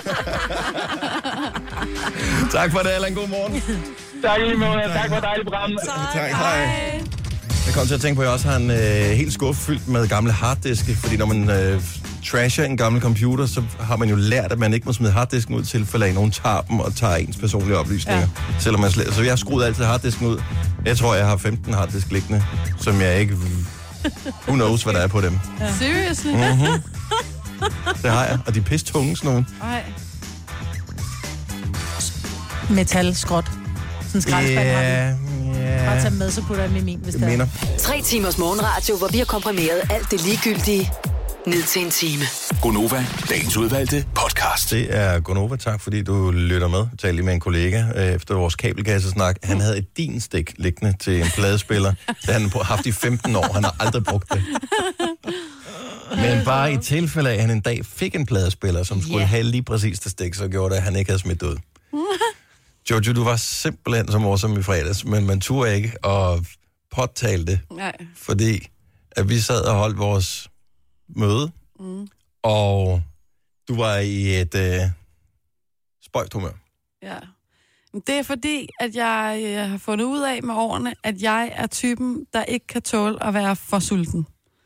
Tak for det, Allan. God morgen. Tak lige måde. Tak for et dejligt program. Tak, hej. Jeg kom til at tænke på, at jeg også har en helt skuffe fyldt med gamle harddiske, fordi når man trasher en gammel computer, så har man jo lært, at man ikke må smide harddisken ud til, for nogen tager dem og tager ens personlige oplysninger. Ja. Selvom man så jeg har skruet altid harddisken ud. Jeg tror, jeg har 15 harddisk liggende, som jeg ikke... Who knows, hvad der er på dem. Ja. Seriously? Mm-hmm. Det har jeg, og de er pisse tunge, sådan nogle. Nej. metalskrot. Sådan en skraldespand har vi. Ja. Bare tage med, så putter jeg dem i min, hvis det er. 3 timers morgenradio, hvor vi har komprimeret alt det ligegyldige ned til en time. Gonova, dagens udvalgte podcast. Det er Gonova. Tak, fordi du lytter med. Jeg talte lige med en kollega efter vores kabelkassesnak. Han havde et din-stik liggende til en pladespiller. Det han har haft i 15 år. Han har aldrig brugt det. Men bare i tilfælde af, at han en dag fik en pladespiller, som skulle have lige præcis det stik, så gjorde det, at han ikke havde smidt ud. Jojo, du var simpelthen så morsom i fredags, men man turde ikke at påtale det. Nej. Fordi at vi sad og holdt vores møde, og du var i et spøjst humør. Ja. Det er fordi, at jeg har fundet ud af med årene, at jeg er typen, der ikke kan tåle at være for sulten.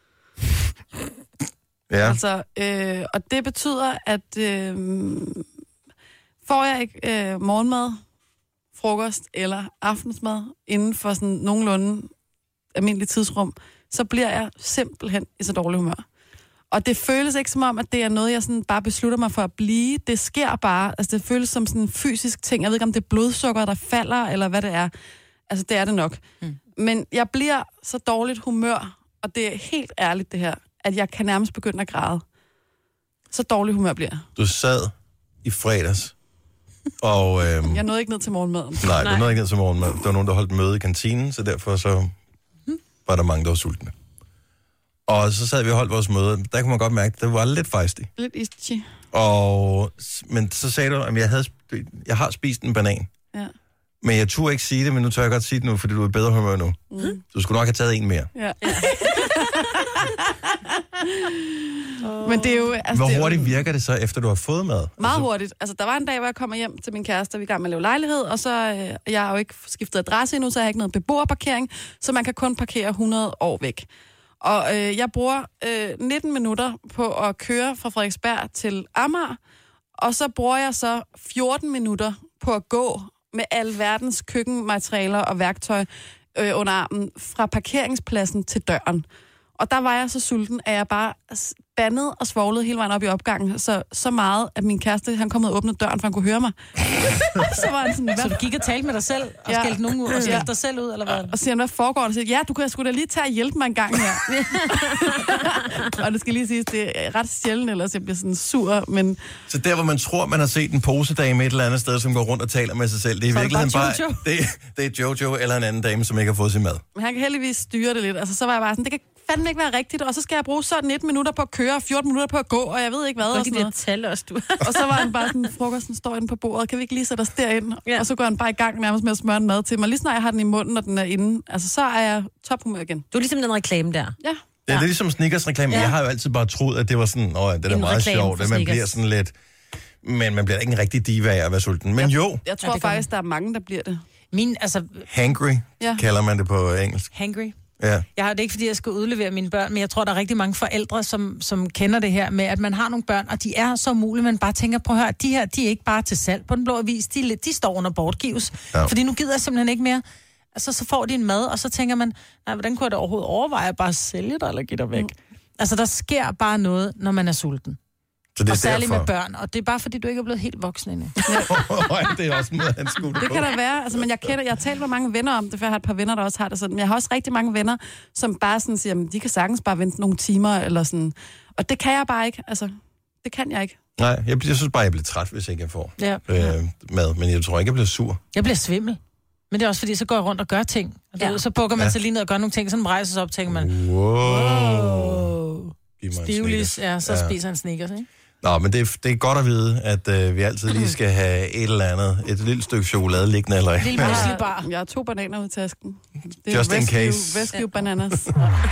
Ja. Altså, og det betyder, at får jeg ikke morgenmad, frokost eller aftensmad inden for sådan nogenlunde almindelig tidsrum, så bliver jeg simpelthen i så dårlig humør. Og det føles ikke som om, at det er noget, jeg sådan bare beslutter mig for at blive. Det sker bare. Altså, det føles som sådan en fysisk ting. Jeg ved ikke, om det er blodsukker, der falder, eller hvad det er. Altså, det er det nok. Men jeg bliver så dårligt humør, og det er helt ærligt det her, at jeg kan nærmest begynde at græde. Så dårlig humør bliver jeg. Du sad i fredags, og... Jeg nåede ikke ned til morgenmaden. Nej, du nåede ikke ned til morgenmad. Der var nogen, der holdt møde i kantinen, så derfor så var der mange, der var sultne. Og så sad vi og holdt vores møde. Der kunne man godt mærke, at det var lidt fejstigt. Lidt itchy. Men så sagde du, at jeg har spist en banan. Ja. Men jeg turde ikke sige det, men nu tør jeg godt sige det nu, fordi du er i bedre humør nu. Du skulle nok have taget en mere. Ja. Men det er jo... Altså, hvor hurtigt virker det så, efter du har fået mad? Meget hurtigt. Altså, der var en dag, hvor jeg kommer hjem til min kæreste, og vi er i gang med at lave lejlighed, og så jeg har jo ikke skiftet adresse endnu, så jeg har ikke noget beboerparkering, så man kan kun parkere 100 år væk. Og jeg bruger 19 minutter på at køre fra Frederiksberg til Amager, og så bruger jeg så 14 minutter på at gå med alverdens køkkenmaterialer og værktøj under armen fra parkeringspladsen til døren. Og der var jeg så sulten, at jeg bare bandede og svoglede hele vejen op i opgangen. Så meget, at min kæreste, han kom ud og åbnede døren, for han kunne høre mig. Så var han sådan, så du gik og talte med dig selv, og skældte nogen ud, og skældte dig selv ud, eller hvad? Og siger han, hvad foregår der? Og siger, ja, du kan sgu da lige tage og hjælpe mig en gang her. Og det skal lige siges, det er ret sjældent, ellers jeg bliver sådan sur, men... Så der, hvor man tror, man har set en posedame et eller andet sted, som går rundt og taler med sig selv, det er i virkeligheden bare det er Jojo eller en anden dame, som ikke har fået sin mad. Men han kan heldigvis styre det lidt. Altså, så var jeg bare sådan, det kan fandme ikke være rigtigt, og så skal jeg bruge så 19 minutter på at køre, 14 minutter på at gå, og jeg ved ikke hvad. Og sådan noget. Også, du. Og så var han bare sådan, frokosten står inde på bordet, kan vi ikke lige sætte os derind? Ja. Og så går han bare i gang nærmest med at smøre en mad til mig. Lige snart jeg har den i munden, og den er inde, altså så er jeg tophumør igen. Du er ligesom den reklame der. Ja. Ja, det er ligesom Snickers-reklame. Ja. Jeg har jo altid bare troet, at det var sådan, det er meget sjovt, at man bliver sådan lidt... Men man bliver ikke en rigtig diva af at være sulten. Men Jeg tror faktisk, der er mange, der bliver det. Hangry, kalder man det på engelsk. Hangry? Ja. Jeg har det ikke, fordi jeg skal udlevere mine børn, men jeg tror, der er rigtig mange forældre, som kender det her med, at man har nogle børn, og de er så mulige, man bare tænker, prøv at høre, de her, de er ikke bare til salg på Den Blå Avis, de står under bortgives, fordi nu gider jeg simpelthen ikke mere. Altså, så får de en mad, og så tænker man, nej, hvordan kunne jeg da overhovedet overveje at bare sælge dig, eller give dig væk? Altså, der sker bare noget, når man er sulten. Så det er og særligt derfor. med børn, og det er bare fordi, du ikke er blevet helt voksen endnu. Det er også noget, han skulle. Det kan der være. Altså, men jeg har talt med mange venner om det, for jeg har et par venner, der også har det sådan. Men jeg har også rigtig mange venner, som bare sådan siger, at de kan sagtens bare vente nogle timer, eller sådan. Og det kan jeg bare ikke. Altså, det kan jeg ikke. Nej, jeg synes bare, jeg bliver træt, hvis ikke jeg får mad. Men jeg tror ikke, jeg bliver sur. Jeg bliver svimmel. Men det er også fordi, så går jeg rundt og gør ting. Og så bukker man sig lige ned og gør nogle ting, så man rejser sig op, tænker man, wow. Stivlis, så spiser han Snickers, ikke? Nå, men det er godt at vide, at vi altid lige skal have et eller andet, et lille stykke chokolade liggende eller lille muslibar. Jeg har 2 bananer ud i tasken. Det er just in case. Rescue bananas.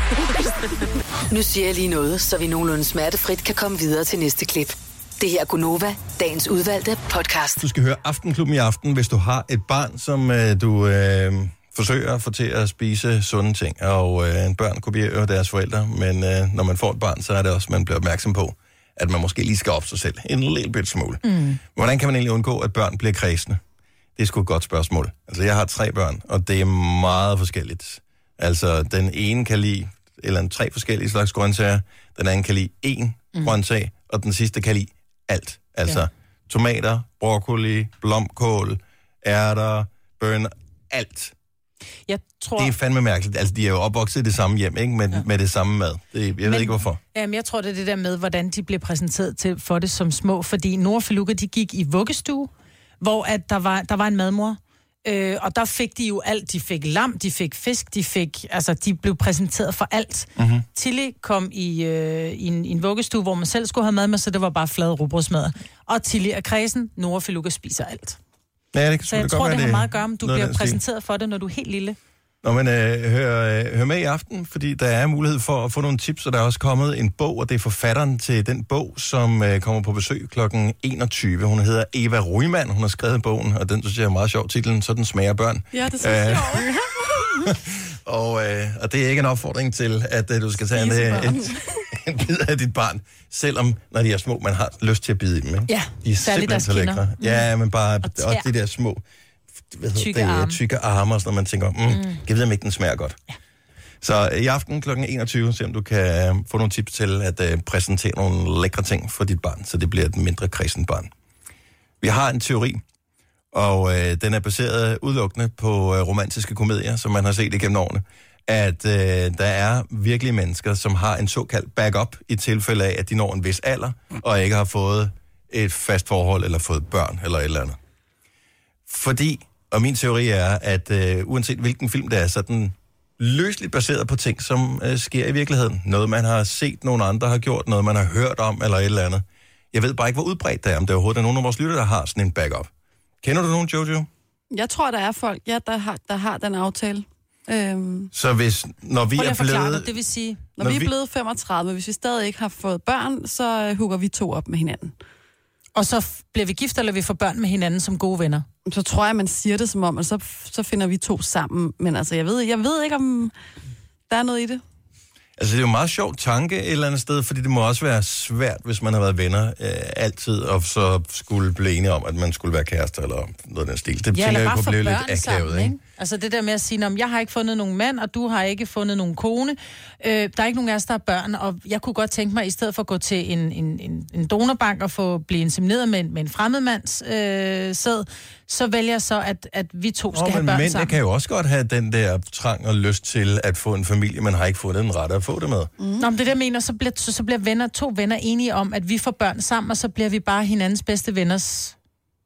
Nu siger jeg lige noget, så vi nogenlunde smertefrit kan komme videre til næste klip. Det her er Gonova, dagens udvalgte podcast. Du skal høre Aftenklubben i aften, hvis du har et barn, som du forsøger at få til at spise sunde ting. Og børn kopierer deres forældre, men når man får et barn, så er det også, man bliver opmærksom på, at man måske lige skal op sig selv en lille bit smule. Hvordan kan man egentlig undgå, at børn bliver kredsende? Det er sgu et godt spørgsmål. Altså, jeg har 3 børn, og det er meget forskelligt. Altså, den ene kan lide 3 forskellige slags grøntsager, den anden kan lide 1 grøntsag, og den sidste kan lide alt. Altså, tomater, broccoli, blomkål, ærter, bønner, alt. Jeg tror... Det er fandme mærkeligt. Altså, de er jo opvokset i det samme hjem, ikke? Med det samme mad. Jeg ved ikke, hvorfor. Jamen, jeg tror, det er det der med, hvordan de blev præsenteret for det som små. Fordi Nora og Feluca, de gik i vuggestue, hvor at der var en madmor. Og der fik de jo alt. De fik lam, de fik fisk, de blev præsenteret for alt. Mm-hmm. Tilly kom i en vuggestue, hvor man selv skulle have mad med, så det var bare flad rugbrødsmad. Og Tilly er kredsen, Nora og Feluca spiser alt. Ja, det kan så jeg tror, det har meget at gøre, om du bliver præsenteret for det, når du er helt lille. Nå, men hør med i aften, fordi der er mulighed for at få nogle tips, og der er også kommet en bog, og det er forfatteren til den bog, som kommer på besøg kl. 21. Hun hedder Eva Ryman, hun har skrevet bogen, og den synes jeg er meget sjov, titlen, Så den smager børn. Ja, det synes jeg og det er ikke en opfordring til, at du skal tage en bid af dit barn, selvom når de er små, man har lyst til at bide i dem. Ikke? Ja, de er simpelthen så lækre. Ja, men bare også de der små tykke arme, når man tænker, jeg ved, om ikke den smager godt. Ja. Så i aften kl. 21, se om du kan få nogle tips til at præsentere nogle lækre ting for dit barn, så det bliver et mindre kræsent barn. Vi har en teori, og den er baseret udelukkende på romantiske komedier, som man har set igennem årene, at der er virkelige mennesker, som har en såkaldt backup i tilfælde af, at de når en vis alder, og ikke har fået et fast forhold, eller fået børn, eller et eller andet. Fordi, og min teori er, at uanset hvilken film det er, så er den løsligt baseret på ting, som sker i virkeligheden. Noget, man har set, nogle andre har gjort, noget, man har hørt om, eller et eller andet. Jeg ved bare ikke, hvor udbredt det er, om der overhovedet er nogen af vores lytter, der har sådan en backup. Kender du nogen, Jojo? Jeg tror, der er folk, der har den aftale. Så når vi er blevet... Det vil sige... Når vi er blevet 35, hvis vi stadig ikke har fået børn, så hugger vi 2 op med hinanden. Og så bliver vi gift, eller vi får børn med hinanden som gode venner? Så tror jeg, man siger det som om, og så finder vi 2 sammen. Men altså, jeg ved ikke, om der er noget i det. Altså, det er jo en meget sjov tanke et eller andet sted, fordi det må også være svært, hvis man har været venner altid, og så skulle blive enige om, at man skulle være kærester, eller noget af den stil. Det tænker jeg kunne blive lidt akavet, ikke? Altså det der med at sige, jeg har ikke fundet nogen mand, og du har ikke fundet nogen kone. Der er ikke nogen af os, der er børn, og jeg kunne godt tænke mig, i stedet for at gå til en donorbank og blive insemineret med en fremmedmands sæd, så vælger jeg så, at vi 2 skal have børn sammen. Men kan jo også godt have den der trang og lyst til at få en familie, man har ikke fundet den rette at få det med. Nå, men det der mener, så bliver 2 venner enige om, at vi får børn sammen, og så bliver vi bare hinandens bedste venners...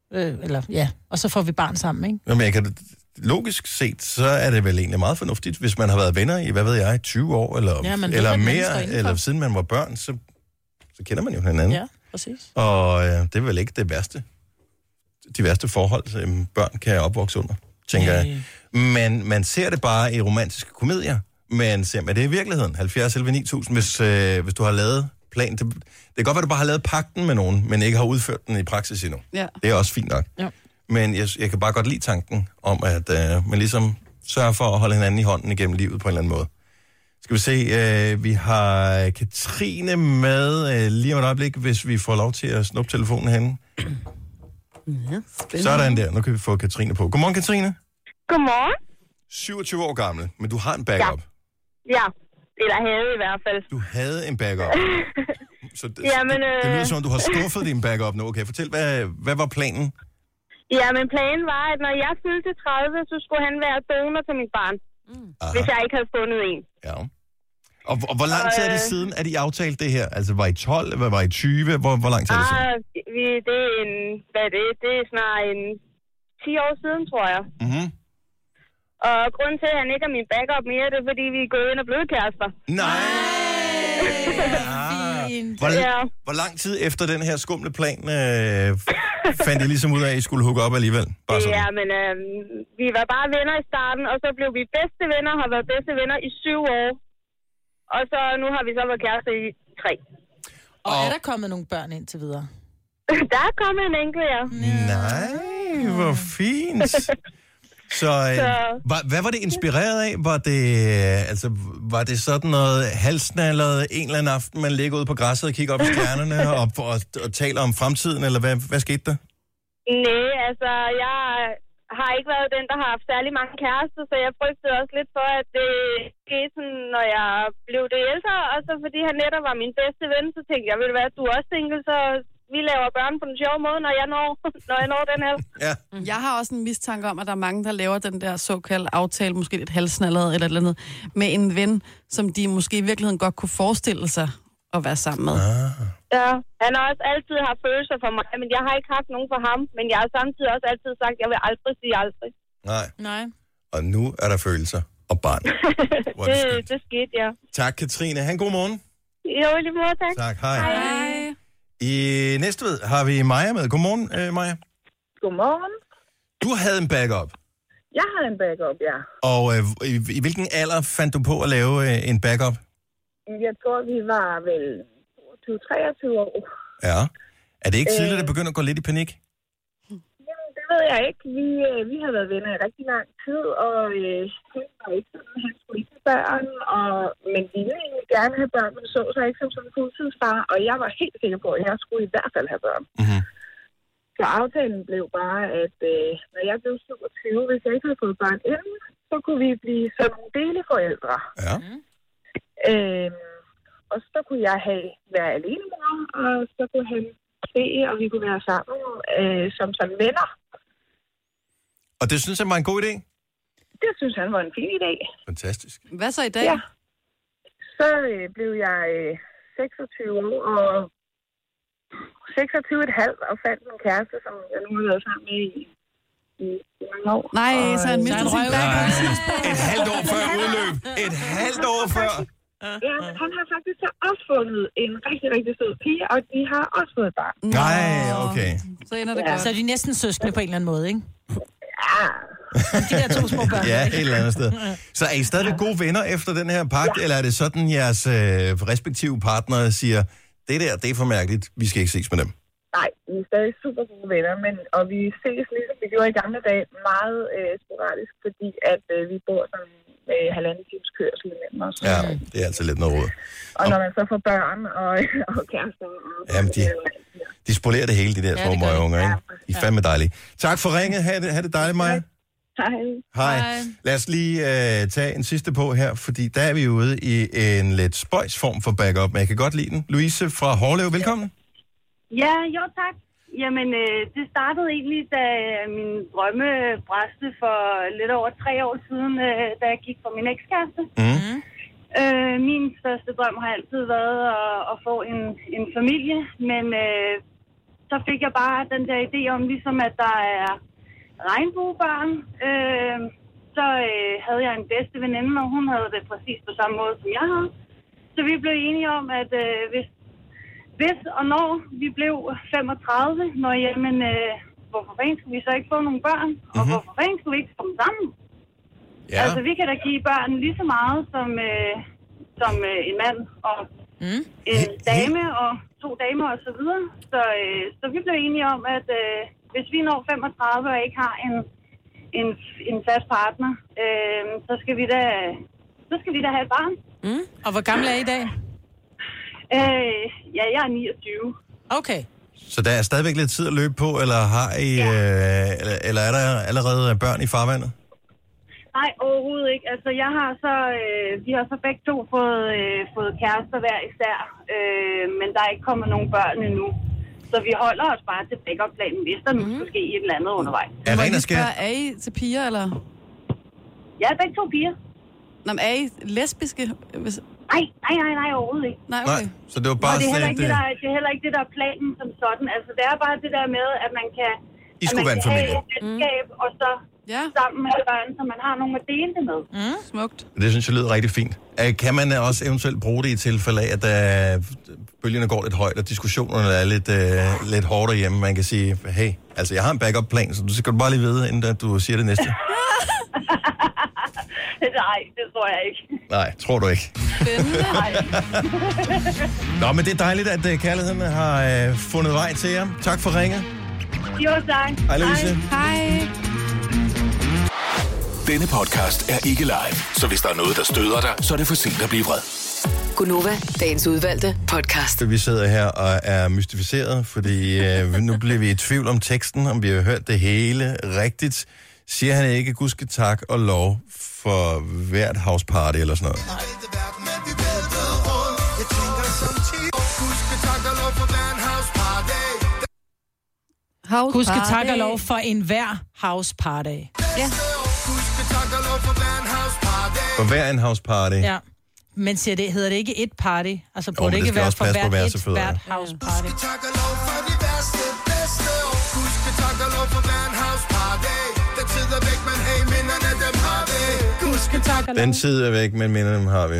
og så får vi barn sammen, ikke? Jamen, logisk set, så er det vel egentlig meget fornuftigt, hvis man har været venner i, 20 år, eller mere, eller siden man var børn, så kender man jo hinanden. Ja, præcis. Og det er vel ikke det værste. De værste forhold, som børn kan opvokse under, tænker jeg. Men man ser det bare i romantiske komedier, men ser man det i virkeligheden. 70-9000, hvis du har lavet plan. Det kan godt være, du bare har lavet pagten med nogen, men ikke har udført den i praksis endnu. Ja. Det er også fint nok. Ja. Men jeg kan bare godt lide tanken om, at man ligesom sørger for at holde hinanden i hånden igennem livet på en eller anden måde. Skal vi se, vi har Katrine med lige om et øjeblik, hvis vi får lov til at snuppe telefonen henne. Ja, sådan der, nu kan vi få Katrine på. Godmorgen, Katrine. Godmorgen. 27 år gammel, men du har en backup. Ja, eller havde i hvert fald. Du havde en backup. Så det lyder som, du har skuffet din backup nu. Okay, fortæl, hvad var planen? Ja, men planen var, at når jeg fyldte 30, så skulle han være donor til mit barn. Hvis jeg ikke havde fundet en. Ja. Og hvor lang tid er det siden, at I aftalte det her? Altså, var I 12, eller var I 20? Hvor lang tid er det siden? Det er snart 10 år siden, tror jeg. Mm-hmm. Og grunden til, at han ikke er min backup mere, det er, fordi vi er gået ind og blevet kærester. Nej! Hvor lang tid efter den her skumle plan fandt I ligesom ud af, at I skulle hooke op alligevel? Ja, men vi var bare venner i starten, og så blev vi bedste venner, har været bedste venner i 7 år. Og så nu har vi så været kærester i 3. Og er der kommet nogle børn indtil videre? Der er kommet en enkelt, ja. Nej, hvor fint. Så hvad var det inspireret af? Var det sådan noget halsnallet en eller anden aften, man ligger ude på græsset og kigger op i stjernerne og taler om fremtiden, eller hvad skete der? Nej, altså, jeg har ikke været den, der har haft særlig mange kærester, så jeg frygtede også lidt for, at det skete sådan, når jeg blev det ældre, og så fordi han netop var min bedste ven, så tænkte jeg, vil du være, du er også single, så vi laver børn på en sjov måde, når jeg når den her. Ja. Jeg har også en mistanke om, at der er mange, der laver den der såkaldte aftale, måske lidt halsnallet eller et eller andet, med en ven, som de måske i virkeligheden godt kunne forestille sig at være sammen med. Ja, han har også altid haft følelser for mig, men jeg har ikke haft nogen for ham. Men jeg har samtidig også altid sagt, at jeg vil aldrig sige aldrig. Nej. Og nu er der følelser og barn. det skete, ja. Tak, Katrine. Ha' en god morgen. Jo, lige måde, tak. Tak, hej. I Næstved har vi Maja med. Godmorgen, Maja. Godmorgen. Du havde en backup. Jeg havde en backup, ja. Og i hvilken alder fandt du på at lave en backup? Jeg tror, vi var vel 22-23 år. Ja. Er det ikke tidligt at begynde at gå lidt i panik? Jamen, det ved jeg ikke. Vi har været venner i rigtig lang tid, og han var ikke sådan, han skulle ikke have børn, men vi ville egentlig gerne have børn, men så sig ikke som sådan en fuldtidsfar, og jeg var helt sikker på, at jeg skulle i hvert fald have børn. Mm-hmm. Så aftalen blev bare, at når jeg blev 27, hvis jeg ikke havde fået børn inden, så kunne vi blive sådan nogle deleforældre. Ja. Og så kunne jeg være alenemor, og så kunne han se, og vi kunne være sammen som sådan venner. Og det synes jeg var en god idé? Det synes han var en fin idé. Fantastisk. Hvad så i dag? Ja. Så blev jeg 26 år, og 26,5 og fandt en kæreste, som jeg nu har været sammen med i mange år. Nej, så han mistede sin backup. Et halvt år før udløb. Et halvt år før. Ja, han har faktisk også fundet en rigtig, rigtig sød pige, og de har også fået barn. Nej, okay. Så ender det godt. Så er de næsten søskende på en eller anden måde, ikke? Ja. De der 2 små børn. Ja, et eller andet sted. Så er I stadig gode venner efter den her pagt, eller er det sådan, jeres respektive partnere siger, det er for mærkeligt, vi skal ikke ses med dem? Nej, vi er stadig super gode venner, og vi ses ligesom vi gjorde i gamle dage meget sporadisk, fordi at vi bor sådan med 1,5 times kørsel imellem os. Ja, det er altså lidt noget råd. Og når man så får børn og kærester... Jamen, de spolerer det hele, de der små møgeunger, ikke? De er fandme dejlige. Tak for ringet. Ha' det dejligt, Maja. Hej. Lad os lige tage en sidste på her, fordi der er vi ude i en lidt spøjsform for backup, men jeg kan godt lide den. Louise fra Hårlev, velkommen. Ja, jo tak. Jamen, det startede egentlig, da min drømme bræste for lidt over 3 år siden, da jeg gik fra min ekskæreste. Mm. Min største drøm har altid været at få en familie, men så fik jeg bare den der idé om, ligesom at der er regnbuebørn. Så havde jeg en bedste veninde, og hun havde det præcis på samme måde, som jeg havde. Så vi blev enige om, at hvis og når vi blev 35, jamen, hvorfor fanden skulle vi så ikke få nogle børn? Og hvorfor fanden skulle vi ikke få dem sammen? Ja. Altså, vi kan da give børn lige så meget som en mand og en dame og 2 damer og så videre. Så vi blev enige om, at hvis vi når 35 og ikke har en fast partner, så skal vi da have et barn. Mm. Og hvor gammel er I i dag? Ja, jeg er 29. Okay. Så der er stadigvæk lidt tid at løbe på, eller har I, eller er der allerede børn i farvandet? Nej, overhovedet ikke. Altså, vi har så begge to fået kærester hver især, men der er ikke kommet nogen børn endnu. Så vi holder os bare til backup-planen, hvis der nu skulle ske et eller andet undervejs. Er I til piger, eller? Ja, begge 2 piger. Nå, er I lesbiske? Nej, overhovedet ikke. Nej, okay. Så det var bare det er heller ikke det, der er planen som sådan. Altså, det er bare det der med, at man kan... I skulle være en familie. Have et selskab, og så sammen med børn, så man har nogen at dele det med. Smukt. Det synes jeg lyder rigtig fint. Kan man også eventuelt bruge det i tilfælde af, at bølgerne går lidt højt, og diskussionerne er lidt hårdt hjemme? Man kan sige, hey, altså jeg har en backup-plan, så du skal bare lige vide, inden du siger det næste. Nej, det tror jeg ikke. Nej, tror du ikke. Nå, men det er dejligt, at kærligheden har fundet vej til jer. Tak for ringet. Jo, tak. Hej, Louise. Hej. Denne podcast er ikke live, så hvis der er noget, der støder dig, så er det for sent at blive vred. Gunova, dagens udvalgte podcast. Vi sidder her og er mystificeret, fordi nu bliver vi i tvivl om teksten, om vi har hørt det hele rigtigt. Siger han ikke, gudske tak og lov for hvert house party eller sådan noget? Jeg tænker som 10 år, gudske tak og lov for hvert house party. Husk tak og lov for enhver house party. Ja. For hver en house party. Ja. Men hedder det ikke et party? Altså burde det det ikke være også for passe på hvert house party? Den tid er væk, men minderne dem har vi.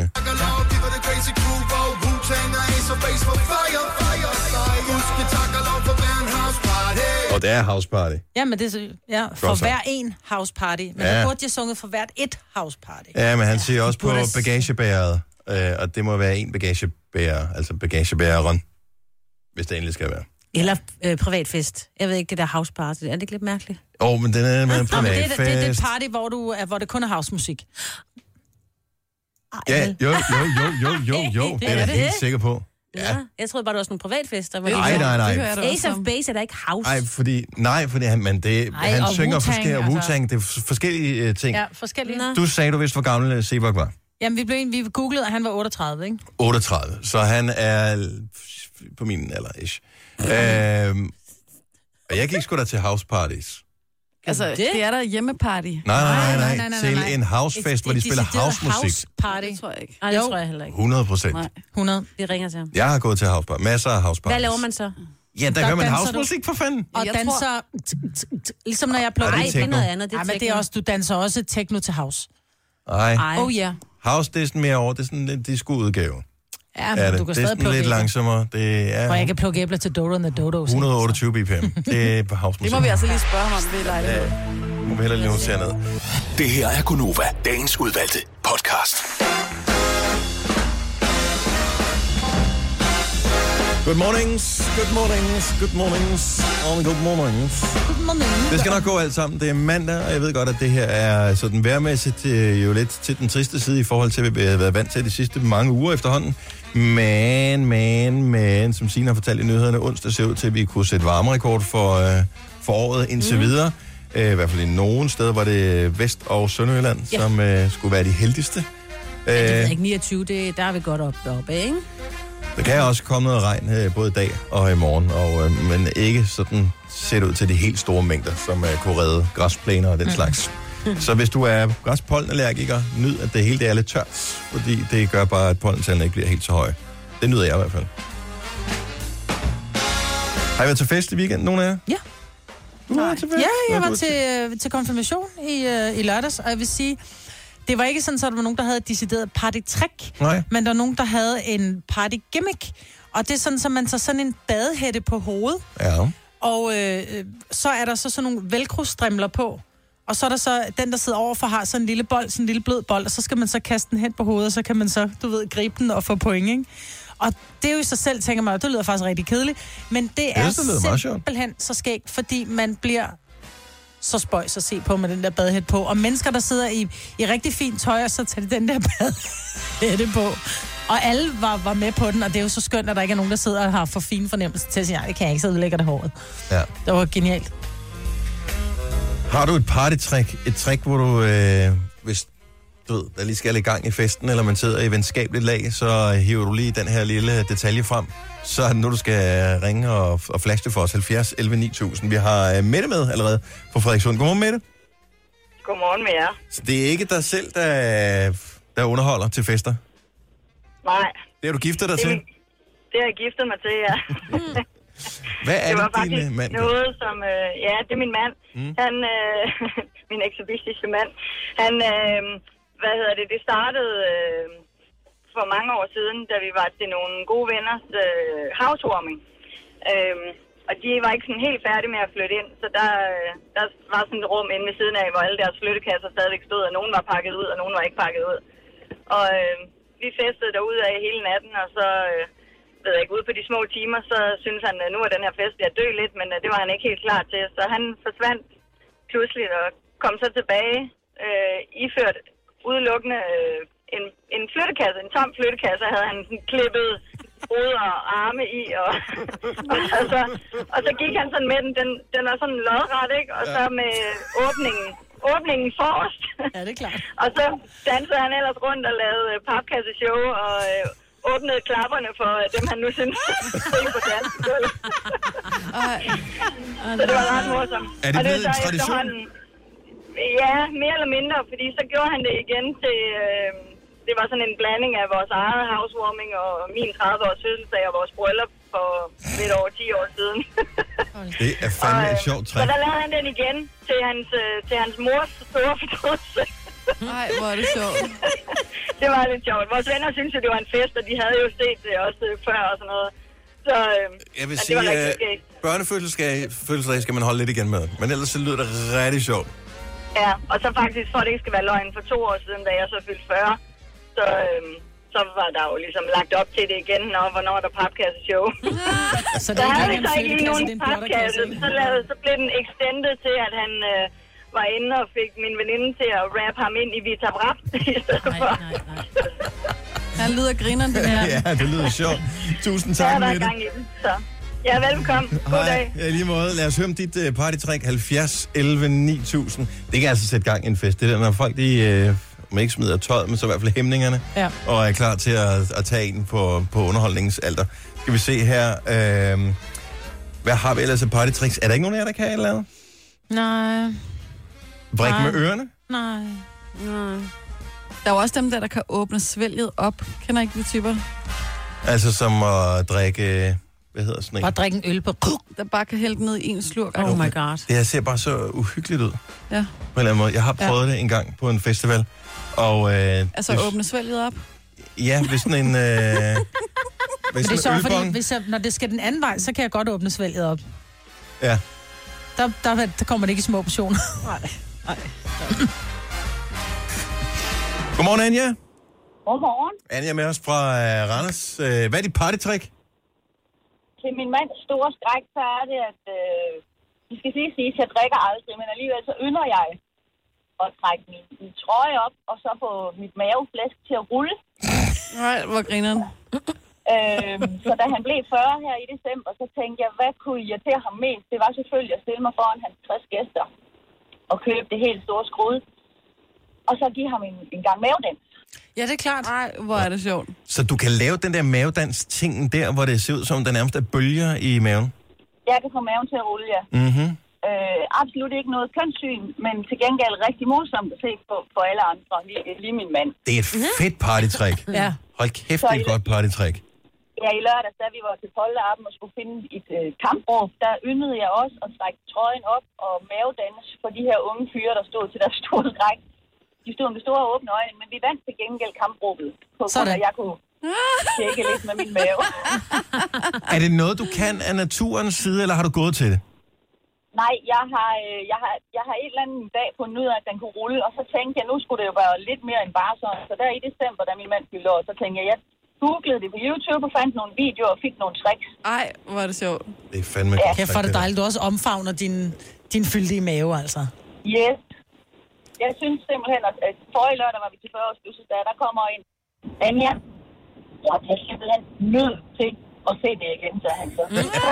Og det er house party. Ja, men det er for hver en house party. Men det burde jeg sunget for hvert et house party. Ja, men han siger også på bagagebæret, og det må være en bagagebærer, altså bagagebæreren, hvis det endelig skal være. Eller privatfest. Jeg ved ikke, det der house party. Er det ikke lidt mærkeligt? Men den er med en privatfest. Det er det party, hvor det kun er housemusik. Ja, jo. Det er jeg helt sikker på. Ja. Jeg troede bare, det var sådan nogle privatfester. Nej. Ace of Base er da ikke house. fordi han synger forskellige, Wu-Tang, det er forskellige ting. Ja, forskellige. Du sagde, du vidste, hvor gammel Sebak var. Jamen, vi googlede, og han var 38, ikke? 38, så han er på min alder-ish. Og jeg gik sgu da til house parties. Altså, det er der hjemmeparty. Nej. Til en housefest, hvor de spiller housemusik. House party. Det tror jeg ikke. Nej, det tror jeg heller ikke. 100%. 100. Vi ringer til ham. Jeg har gået til house party. Masser af house parties. Hvad laver man så? Ja, der hører man housemusik for fanden. Og danser, ligesom når jeg plukker. Nej, det er noget andet. Ja, men det er også, du danser også techno til house. Nej. Oh ja. House, det er sådan mere over, det er sådan en disco-udgave. Ja, men du kan stadig plukke lidt langsommere. Det er og jeg kan plukke æbler til Dodo and the Dodos. 128 bpm. Det er på house-musik. Det må vi altså lige spørge ham om ved lejlighed. Må vi heller lige notere ned. Det her er Gunova, dagens udvalgte podcast. Good mornings. Det skal nok gå alt sammen. Det er mandag, og jeg ved godt, at det her er sådan vejrmæssigt jo lidt til den triste side i forhold til, hvad vi har været vant til de sidste mange uger efterhånden. Men, som Signe har fortalt i nyhederne, onsdag ser ud til, at vi kunne sætte varmerekord for året indtil videre. I hvert fald i nogle steder var det Vest- og Sønderjylland, som skulle være de heldigste. Det er ikke 29, der er vi godt oppe, ikke? Der kan også komme noget regn både i dag og i morgen, men ikke sådan set ud til de helt store mængder, som kunne redde græsplæner og den slags. Så hvis du er græspollenallergiker, nyd, at det hele er lidt tørt, fordi det gør bare, at pollentallene ikke bliver helt så høje. Det nyder jeg i hvert fald. Har I været til fest i weekenden, nogen af jer? Ja. Du var til fest? Ja, jeg var til konfirmation i lørdags, og jeg vil sige, det var ikke sådan, at der var nogen, der havde et decideret party-trick, men der var nogen, der havde en party-gimmick. Og det er sådan, at man tager sådan en badehætte på hovedet, og så er der så sådan nogle velcro-strimler på. Og så er der så, den der sidder overfor har sådan en lille bold, sådan en lille blød bold, og så skal man så kaste den hen på hovedet, og så kan man så, gribe den og få point, ikke? Og det er jo i sig selv, tænker man, det lyder faktisk rigtig kedeligt, men det er simpelthen så skægt, fordi man bliver så spøjs at se på med den der badehætte på. Og mennesker, der sidder i rigtig fint tøj, og så tager de den der badehætte på. Og alle var med på den, og det er jo så skønt, at der ikke er nogen, der sidder og har for fine fornemmelser til at sige, nej, det kan jeg ikke, så ødelægger det håret. Ja. Det var genialt. Har du et partytrick? Et trick, hvor du, hvis du ved, der lige skal i gang i festen, eller man sidder i venskabeligt lag, så hiver du lige den her lille detalje frem. Så er det nu, du skal ringe og flashe det for os. 70 11 9000. Vi har Mette med allerede på Frederikssund. Godmorgen, Mette. Godmorgen med jer. Så det er ikke dig selv, der underholder til fester? Nej. Det har du giftet dig til? Det har jeg giftet mig til, ja. Hvad er det var det, din mand? Noget, som... det er min mand. Han, min ekshibitiske mand. Han, det startede for mange år siden, da vi var til nogle gode venners housewarming. Og de var ikke sådan helt færdige med at flytte ind, så der var sådan et rum inde ved siden af, hvor alle deres flyttekasser stadigvæk stod, og nogen var pakket ud, og nogen var ikke pakket ud. Og vi festede derude af hele natten, og så... ved jeg ikke, ude på de små timer, så synes han, at nu er den her fest ved at dø lidt, men det var han ikke helt klar til. Så han forsvandt pludselig og kom så tilbage, iført udelukkende en flyttekasse, en tom flyttekasse, havde han sådan klippet hoved og arme i, og så gik han sådan med den var sådan lodret, ikke? Og så med åbningen forrest. Ja, det er klart. Og så dansede han ellers rundt og lavede papkasseshow og åbnede klapperne for dem, han nu synes på dansk. Så det var ret morsomt. Er det blevet en tradition? Ja, mere eller mindre, fordi så gjorde han det igen til... det var sådan en blanding af vores eget housewarming og min 30-års fødselsdag og vores bryllup for lidt over 10 år siden. Det er fandme et sjovt træk. Så der lavede han den igen til hans mors store fortrydelse. Nej, hvor er det sjovt. Det var lidt sjovt. Vores venner synes jo, det var en fest, og de havde jo set det også før og sådan noget. Så jeg vil sige, børnefødselsdag skal man holde lidt igen med. Men ellers så lyder det rigtig sjovt. Ja, og så faktisk, for det ikke skal være løgn, for 2 år siden, da jeg så fyldte 40, så var der jo ligesom lagt op til det igen, hvornår der papkasseshow. Så der havde vi så ikke lige nogen papkasse. Så blev den extended til, at han var inde og fik min veninde til at wrap ham ind i Vita Brap i stedet for. Han lyder grineren, det her. Ja, det lyder sjovt. Tusind tak, Mette. Mette. Ja, der er gang i den, så... Ja, velkommen. God dag. Ja, lige måde. Lad os høre om dit partytrick 70 11 9000. Det kan altså sætte gang i en fest. Det er når folk, man ikke smider tøjet, men så i hvert fald hæmningerne. Ja. Og er klar til at tage en på underholdningsalder. Skal vi se her. Hvad har vi ellers af partytricks? Er der ikke nogen af jer, der kan et eller andet? Nej. Brik med ørerne? Nej. Der er jo også dem der kan åbne svælget op. Kender ikke de typer? Altså som at drikke... Hvad hedder sådan en? Bare drikke en øl på... Der bare kan hælde ned i en slurk. Oh my god. Det her ser bare så uhyggeligt ud. Ja. På en eller anden måde. Jeg har prøvet det en gang på en festival. Og, altså åbne svælget op? Ja, hvis sådan en... det er så, fordi når det skal den anden vej, så kan jeg godt åbne svælget op. Ja. Der kommer det ikke i små portioner. Nej. Godmorgen, Anja. Godmorgen. Anja med os fra Randers. Hvad er dit partytrick? Til min mands store skræk, så er det, at vi skal sige, at jeg drikker aldrig, men alligevel så ynder jeg at trække min trøje op, og så få mit maveflæsk til at rulle. Nej, hvor grineren. Så da han blev 40 her i december, så tænkte jeg, hvad kunne irritere ham mest? Det var selvfølgelig at stille mig foran hans 60 gæster og købe det helt store skrud. Og så give ham en gang mavedans. Ja, det er klart. Nej, hvor er det sjovt. Så du kan lave den der mavedans-tingen der, hvor det ser ud som, der nærmest er bølger i maven? Jeg kan få maven til at rulle, ja. Mhm. Absolut ikke noget kønssyn, men til gengæld rigtig morsomt at se på alle andre, lige min mand. Det er et fedt partytrick. Ja. Hold kæft, det er et godt partytrick. Ja, i lørdags, da vi var til polterappen og skulle finde et kampråb, der yndede jeg også at trække trøjen op og mavedans for de her unge fyre, der stod til deres store skræk. De stod med store åbne øjne, men vi vandt til gengæld kampråbet, på grund af, at jeg kunne tjekke lidt med min mave. Er det noget, du kan af naturens side, eller har du gået til det? Nej, jeg har et eller andet dag fundet ud af, at den kunne rulle, og så tænkte jeg, nu skulle det jo være lidt mere end bare sådan. Så der i december, da min mand fyldte år, så tænkte jeg googlede det på YouTube og fandt nogle videoer og fik nogle tricks. Ej, hvor er det sjovt. Det er fandme godt. Kæft, for det dejligt. Du også omfavner din fyldige mave, altså. Yes. Jeg synes simpelthen, at forrige lørdag var vi til 40 års fødselsdag, der kommer en Anja. Jeg er simpelthen nødt til at se det igen, så han så.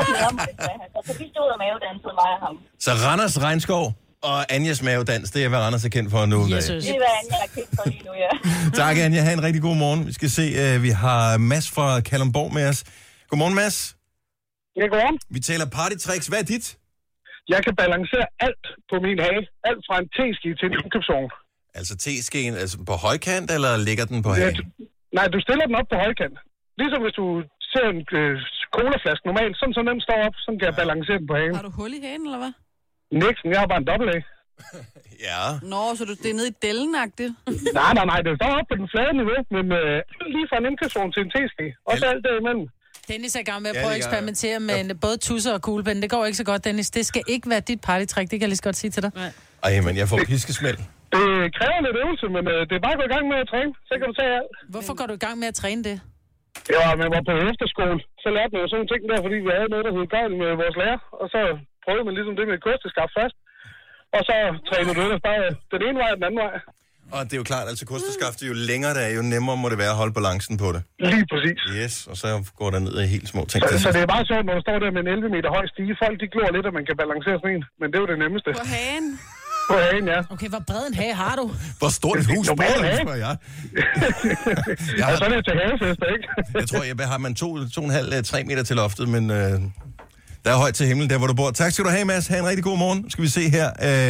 Så vi stod og mavedansede mig og ham. Så Randers Regnskov og Anjas mavedans, det er, hvad Randers er kendt for nu. Jesus. Det er, hvad Anja er kendt for lige nu, ja. Tak, Anja. Ha' en rigtig god morgen. Vi skal se, vi har Mads fra Kalundborg med os. Godmorgen, Mads. Ja, godmorgen. Vi taler partytricks. Hvad er dit? Jeg kan balancere alt på min hage. Alt fra en teski til en indkøbsvogn. Altså teskeen altså på højkant, eller ligger den på hagen? Nej, du stiller den op på højkant. Ligesom hvis du ser en colaflaske normalt, sådan så den står op, så kan jeg balancere den på hagen. Har du hul i hagen, eller hvad? Nixon, jeg har bare en dobbelt-A. Ja. Nå, så det er nede i dællenagtigt? Nej, det står op på den flade niveau, men lige fra en indkøbsvogn til en teski. Også alt derimellem. Dennis er i gang med at prøve at eksperimentere med både tusser og kuglepen. Det går ikke så godt, Dennis. Det skal ikke være dit partytrick, det kan jeg lige så godt sige til dig. Ej, men jeg får piskesmæld. Det kræver lidt øvelse, men det er bare at gå i gang med at træne. Så kan du tage alt. Hvorfor går du i gang med at træne det? Ja, man var på efterskole. Så lærte man jo sådan ting der, fordi vi havde noget, der hed gavn med vores lærer. Og så prøvede man ligesom det med kosteskaft først. Og så trænede du ellers bare den ene vej og den anden vej. Og det er jo klart, altså kosteskaft, jo længere det er, jo nemmere må det være at holde balancen på det. Lige præcis. Yes, og så går der ned i helt små ting. Så det er bare sjovt, når du står der med en 11 meter høj stige. Folk, de glor lidt, at man kan balancere sådan en. Men det er jo det nemmeste. På hagen? På hagen, ja. Okay, hvor bred en hage har du? Hvor stort et hus bor du, spørger jeg. Så er det til havefester, ikke? Jeg tror, har man 2,5-3 meter til loftet, men der er højt til himlen, der hvor du bor. Tak skal du have, Mads. Ha' en rigtig god morgen. Skal vi se her.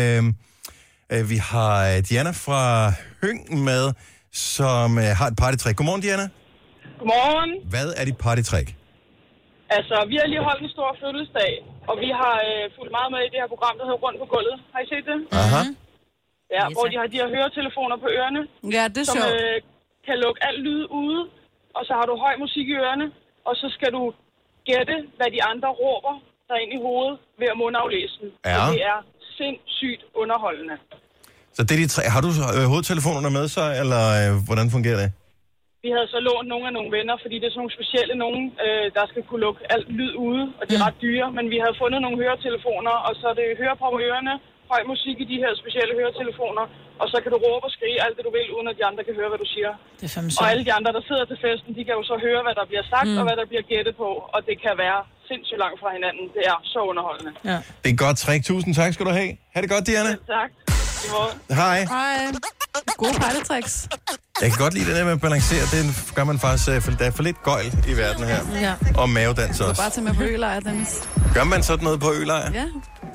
Vi har Diana fra Høng med, som har et partytrick. Godmorgen, Diana. Godmorgen. Hvad er dit partytrick? Altså, vi har lige holdt en stor fødselsdag, og vi har fulgt meget med i det her program, der hedder Rundt på gulvet. Har I set det? Aha. Ja, hvor de har de her høretelefoner på ørerne. Ja, det er som sjovt. Kan lukke alt lyd ude, og så har du høj musik i ørerne, og så skal du gætte, hvad de andre råber der ind i hovedet ved at mundaflæse dem. Ja. Og det er sindssygt underholdende. Så det er de tre. Har du hovedtelefonerne med sig, eller hvordan fungerer det? Vi havde så lånt nogle af nogle venner, fordi det er sådan nogle specielle nogen, der skal kunne lukke alt lyd ude, og de er ret dyre. Men vi havde fundet nogle høretelefoner, og så er det hørepop i ørerne, høj musik i de her specielle høretelefoner, og så kan du råbe og skrige alt det, du vil, uden at de andre kan høre, hvad du siger. Det er fandme og alle de andre, der sidder til festen, de kan jo så høre, hvad der bliver sagt, og hvad der bliver gættet på, og det kan være sindssygt langt fra hinanden. Det er så underholdende. Ja. Det er et godt trick. Tusind tak skal du have. Ha' det godt, Diana. Tak. Hej. Hej. Gode partytricks. Jeg kan godt lide det der med at balancere. Det gør man faktisk, for der er for lidt gøjl i verden her. Ja. Og mavedans Du også. kan bare tage med på ølejr, Dennis. Gør man sådan noget på ølejr? Ja.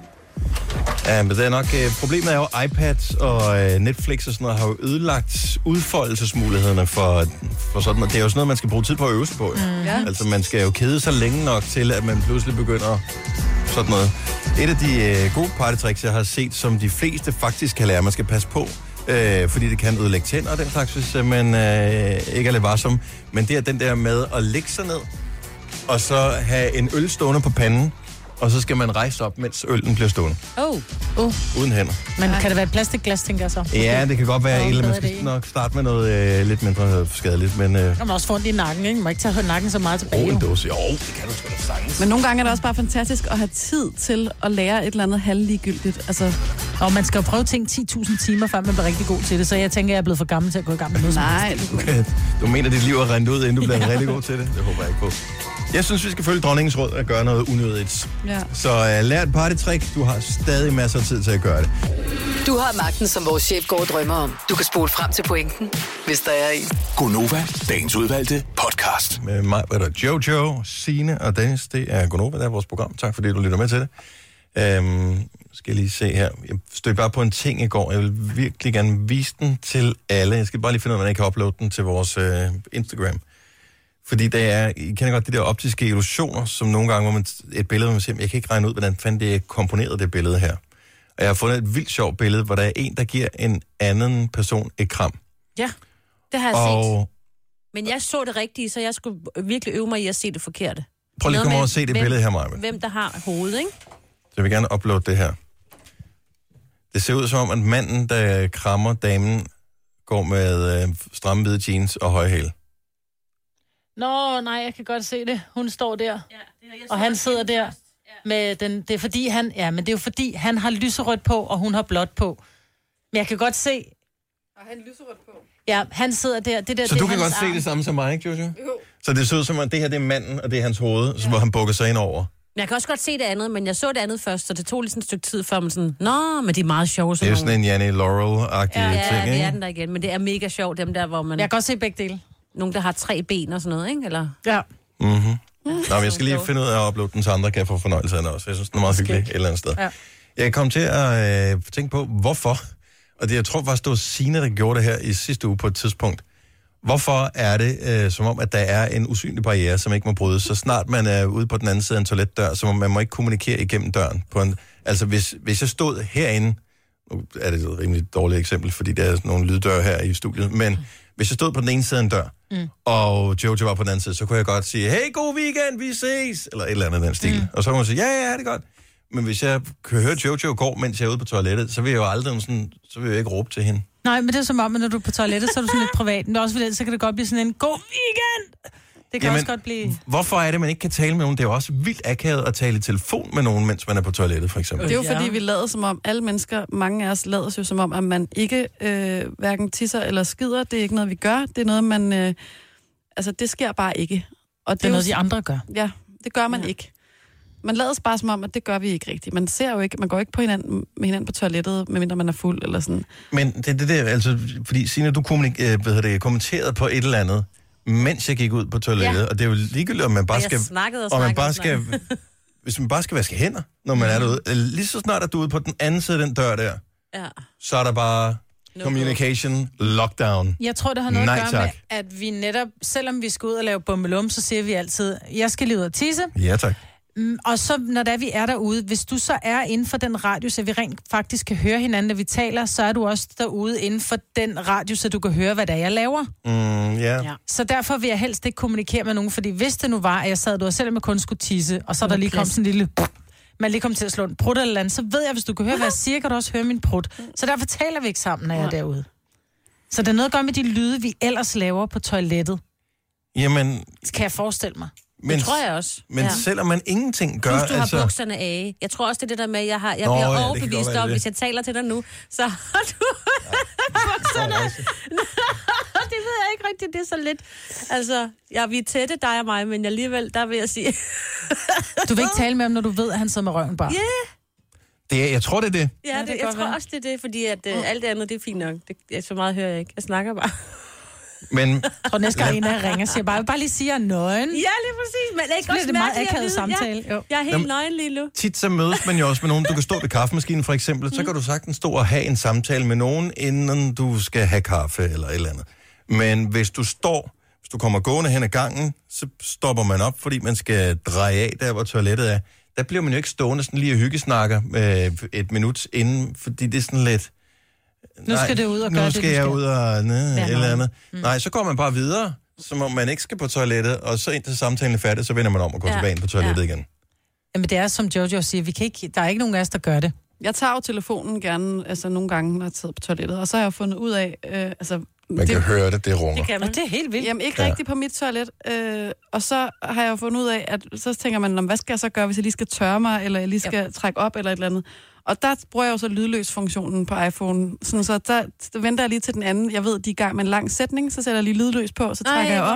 Ja, men det er nok, problemet er jo, iPads og Netflix og sådan noget har jo ødelagt udfoldelsesmulighederne for sådan noget. Det er jo sådan noget, man skal bruge tid på at øve sig på. Ja. Altså, man skal jo kede sig længe nok til, at man pludselig begynder sådan noget. Et af de gode partytricks, jeg har set, som de fleste faktisk kan lære, man skal passe på, fordi det kan ødelægge tænder og den slags, hvis man ikke er lidt varsom. Men det er den der med at lægge sig ned, og så have en øl stående på panden, og så skal man rejse op, mens øllen bliver stående. Uden hænder. Men kan det være et plastikglas, tænker jeg så? Ja, det kan godt være, en man skal nok starte med noget lidt mindre skadeligt, men... Man må også få ondt i nakken, ikke? Man må ikke tage nakken så meget tilbage. En dåse, jo, det kan du sgu da sagtens. Men nogle gange er det også bare fantastisk at have tid til at lære et eller andet halvligegyldigt. Altså... Og man skal jo prøve ting 10.000 timer, før man bliver rigtig god til det. Så jeg tænker, jeg er blevet for gammel til at gå i gang med noget. Nej, du mener, dit liv er rendt ud, inden du bliver rigtig god til det? Det håber jeg ikke på. Jeg synes, vi skal følge dronningens råd at gøre noget unødigt. Ja. Så lær et partytrick. Du har stadig masser af tid til at gøre det. Du har magten, som vores chef går og drømmer om. Du kan spole frem til pointen, hvis der er en. Gonova, dagens udvalgte podcast. Med mig er der Jojo, Signe og Dennis. Det er Gonova, der er vores program. Tak fordi du lytter med til det. Skal jeg lige se her. Jeg stødte bare på en ting i går. Jeg vil virkelig gerne vise den til alle. Jeg skal bare lige finde ud af, hvordan jeg kan uploade den til vores Instagram. Fordi der er, I kender godt de der optiske illusioner, som nogle gange, hvor man et billede, hvor man siger, jeg kan ikke regne ud, hvordan fanden det er komponeret, det billede her. Og jeg har fundet et vildt sjovt billede, hvor der er en, der giver en anden person et kram. Ja, det har jeg set. Men jeg så det rigtige, så jeg skulle virkelig øve mig i at se det forkerte. Prøv lige at komme over og se det billede her, Maja. Hvem der har hovedet, ikke? Så jeg vil gerne uploade det her. Det ser ud som om, at manden, der krammer damen, går med stramme hvide jeans og høje hæle. Nå, nej, jeg kan godt se det. Hun står der, og han sidder der. Med den, det er fordi han, ja, men det er jo fordi, han har lyserødt på, og hun har blåt på. Men jeg kan godt se... Og han lyserødt på. Ja, han sidder der. Det der så det du kan godt arm. se det samme som mig, ikke, Jojo? Jo. Så det ser ud som om, det her det er manden, og det er hans hoved, hvor han bukker sig ind over. Jeg kan også godt se det andet, men jeg så det andet først, så det tog lige sådan et stykke tid, før man sådan, nå, men de er meget sjove. Det er jo sådan en Janne Laurel-agtig ting, ikke? Ja, det er den der igen, men det er mega sjovt, dem der, hvor man... Jeg kan godt se begge dele. Nogen, der har 3 ben og sådan noget, ikke? Eller... Ja. Mhm. Nå, men jeg skal lige finde ud af at uploade den, så andre kan få fornøjelse af den også. Jeg synes, den er meget hyggelig et eller andet sted. Ja. Jeg kom til at tænke på, hvorfor, og det, jeg tror faktisk, det var Signe, der gjorde det her i sidste uge på et tidspunkt. Hvorfor er det som om, at der er en usynlig barriere, som ikke må brydes, så snart man er ude på den anden side af en toiletdør, så man må ikke kommunikere igennem døren. Altså, hvis jeg stod herinde, nu er det et rimelig dårligt eksempel, fordi der er nogle lyddøre her i studiet, men hvis jeg stod på den ene side af en dør, og Jojo var på den anden side, så kunne jeg godt sige, hey, god weekend, vi ses, eller et eller andet den stil. Og så kunne man sige, ja, det er godt. Men hvis jeg kan høre Jojo gå, mens jeg er ude på toilettet, så vil jeg jo aldrig sådan, så vil jeg ikke råbe til hende. Nej, men det er som om, at når du er på toilettet, så er du sådan lidt privat. Men også fordi, så kan det godt blive sådan en god weekend. Det kan også godt blive... Hvorfor er det, man ikke kan tale med nogen? Det er jo også vildt akavet at tale i telefon med nogen, mens man er på toilettet, for eksempel. Det er jo fordi, vi lader som om, alle mennesker, mange af os lader jo som om, at man ikke hverken tisser eller skider. Det er ikke noget, vi gør. Det er noget, man... altså, det sker bare ikke. Og det er noget, de andre gør. Ja, det gør man ikke. Man lader bare som om, at det gør vi ikke rigtigt. Man ser jo ikke, man går ikke på med hinanden på toilettet, medmindre man er fuld eller sådan. Men det der, altså, fordi Signe, du kommenterede på et eller andet, mens jeg gik ud på toilettet, og det er jo ligegyldigt, om man bare skal... Hvis man bare skal vaske hænder, når man er derude. Lige så snart, at du er ude på den anden side af den dør der, så er der bare communication lockdown. Jeg tror, det har noget at gøre med, at vi netop, selvom vi skal ud og lave bummelum, så siger vi altid, jeg skal lige ud og tisse. Ja, tak. Og så, når vi er derude, hvis du så er inden for den radius, så vi rent faktisk kan høre hinanden, når vi taler, så er du også derude inden for den radius, så du kan høre, hvad det er, jeg laver. Ja. Så derfor vil jeg helst ikke kommunikere med nogen, fordi hvis det nu var, at jeg sad derude, selvom jeg kun skulle tisse, og så der lige kom sådan en lille... Man lige kom til at slå en prut eller andet, så ved jeg, hvis du kan høre, hvad jeg siger, kan du også høre min prut. Så derfor taler vi ikke sammen, når jeg er derude. Så det er noget at gøre med de lyde, vi ellers laver på toilettet. Jamen... Kan jeg forestille mig. Det tror jeg også. Men selvom man ingenting gør... Plus du har bukserne af. Jeg tror også, det er det der med, at jeg bliver overbevist om, hvis jeg taler til dig nu, så har du bukserne. Det ved jeg ikke rigtigt, det er så lidt... Altså, vi er tætte, dig og mig, men alligevel, der vil jeg sige... Du vil ikke tale med ham, når du ved, at han sidder med røven bare? Yeah. Jeg tror, det er det. Ja, jeg tror også, det er det, fordi at, alt det andet, det er fint nok. Så meget hører jeg ikke. Jeg snakker bare. Men... Og næste gang en af ringer, siger bare lige siger nøgen. Ja, lige præcis. Men ikke også det meget akavet samtale. Ja, jeg er helt nøgen lige nu. Tit så mødes man jo også med nogen, du kan stå ved kaffemaskinen for eksempel, så kan du sagtens stå og have en samtale med nogen, inden du skal have kaffe eller et eller andet. Men hvis du kommer gående hen ad gangen, så stopper man op, fordi man skal dreje af der, hvor toilettet er. Der bliver man jo ikke stående sådan lige og hyggesnakker et minut inden, fordi det er sådan lidt... Nu skal det ud og gøre det, nu skal jeg ud og et eller andet. Nej, så går man bare videre, som om man ikke skal på toilettet, og så indtil samtalen er færdig, så vender man om og går tilbage ind på toilettet igen. Jamen det er, som Jojo siger, der er ikke nogen af os, der gør det. Jeg tager jo telefonen gerne, altså nogle gange, når jeg sidder på toilettet, og så har jeg fundet ud af, man kan høre det runger. Det kan man. Det er helt vildt. Jamen ikke rigtigt på mit toilet, og så har jeg fundet ud af, at så tænker man, hvad skal jeg så gøre, hvis jeg lige skal tørre mig, eller jeg lige skal trække op, eller et eller andet. Og der bruger jeg jo så lydløs-funktionen på iPhone. Sådan, så der venter jeg lige til den anden. Jeg ved, de er i gang med en lang sætning, så sætter jeg lige lydløs på, så trækker jeg op.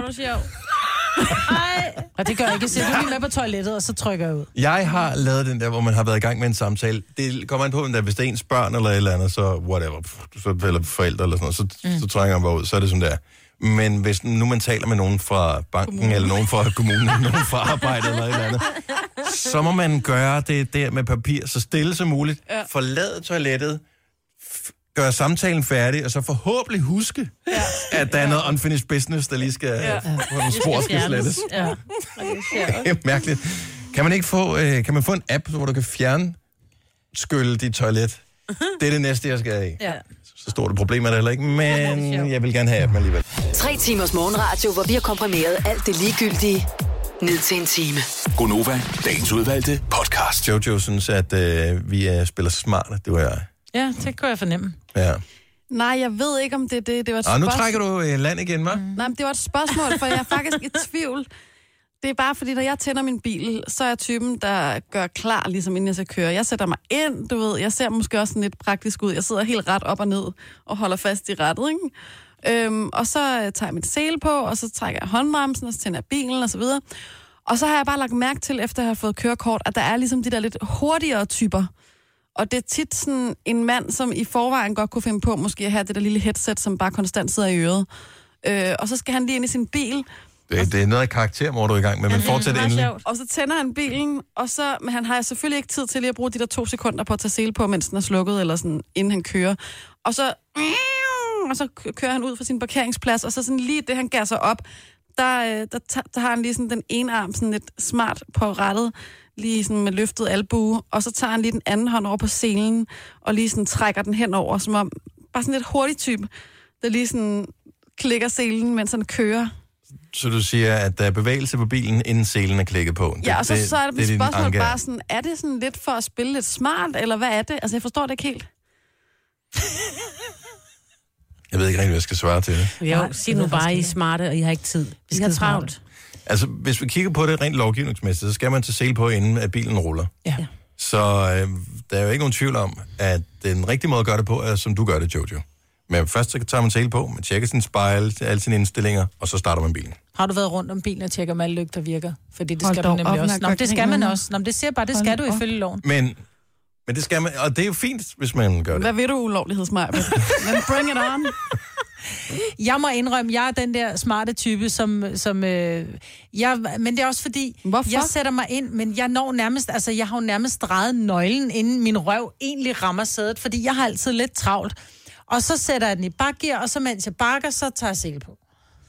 Og det gør jeg ikke. Så du lige med på toilettet, og så trykker jeg ud. Jeg har lavet den der, hvor man har været i gang med en samtale. Det kommer an på, at hvis det er ens børn eller et eller andet, så whatever, eller forældre eller sådan noget, så trækker man bare ud. Så er det sådan der. Men hvis nu man taler med nogen fra banken, eller nogen fra kommunen, nogen fra arbejde eller et eller andet, så må man gøre det der med papir så stille som muligt. Forlade toilettet, gøre samtalen færdig, og så forhåbentlig huske, at der er noget unfinished business, der lige skal, hvor den spor skal slettes. Ja. Det er mærkeligt. Kan man få en app, hvor du kan skylle dit toilet? Det er det næste, jeg skal have. Ja. Så stort et problem er det heller ikke, men jeg vil gerne have appen alligevel. 3 timers morgenradio, hvor vi har komprimeret alt det ligegyldige ned til en time. Gonova, dagens udvalgte podcast. Jojo synes, at vi spiller smarte, det var jeg. Ja, det kunne jeg fornemme. Ja. Nej, jeg ved ikke, om det var et spørgsmål. Nu trækker du land igen, hva'? Nej, men det var et spørgsmål, for jeg er faktisk i tvivl. Det er bare fordi, når jeg tænder min bil, så er jeg typen, der gør klar, ligesom inden jeg skal køre. Jeg sætter mig ind, du ved, jeg ser måske også sådan lidt praktisk ud. Jeg sidder helt ret op og ned og holder fast i rattet, ikke? Og så tager jeg mit sele på, og så trækker jeg håndbremsen, og så tænder jeg bilen, og så videre. Og så har jeg bare lagt mærke til, efter jeg har fået kørekort, at der er ligesom de der lidt hurtigere typer. Og det er tit sådan en mand, som i forvejen godt kunne finde på måske at have det der lille headset, som bare konstant sidder i øret. Og så skal han lige ind i sin bil. Det er noget af karakter, hvor du er i gang med, men fortsæt endelig. Og så tænder han bilen, men han har selvfølgelig ikke tid til lige at bruge de der 2 sekunder på at tage sele på, mens den er slukket, eller sådan, inden han kører. Og så kører han ud fra sin parkeringsplads, og så sådan lige det, han gasser op, der har han lige sådan den ene arm sådan lidt smart på rattet, lige sådan med løftet albue, og så tager han lige den anden hånd over på selen, og lige sådan trækker den henover, som om bare sådan lidt hurtig type, der lige sådan klikker selen, mens han kører. Så du siger, at der er bevægelse på bilen, inden selen er klikket på? Ja, og så er det et spørgsmål bare sådan, er det sådan lidt for at spille lidt smart, eller hvad er det? Altså, jeg forstår det ikke helt. Jeg ved ikke rigtig, hvad jeg skal svare til det. Jo, sig nu bare, I er smarte, og I har ikke tid. Vi skal have travlt. Altså, hvis vi kigger på det rent lovgivningsmæssigt, så skal man tage sele på, inden at bilen ruller. Ja. Så der er jo ikke nogen tvivl om, at den rigtige måde at gøre det på, er som du gør det, Jojo. Men først så tager man tale på, man tjekker sin spejl, alle sine indstillinger, og så starter man bilen. Har du været rundt om bilen og tjekker, om alle lygter virker? Fordi det skal du nemlig også. Nå, det skal man også. Nå, det siger bare, det skal du ifølge loven. Men det skal man, og det er jo fint, hvis man gør det. Hvad ved du ulovlighedsmej? Men bring it on. Jeg må indrømme, jeg er den der smarte type, men det er også fordi, jeg sætter mig ind, men jeg når nærmest, altså jeg har jo nærmest drejet nøglen, inden min røv egentlig rammer sædet, fordi jeg har altid lidt travlt. Og så sætter jeg den i bakgear, og så mens jeg bakker, så tager jeg sele på.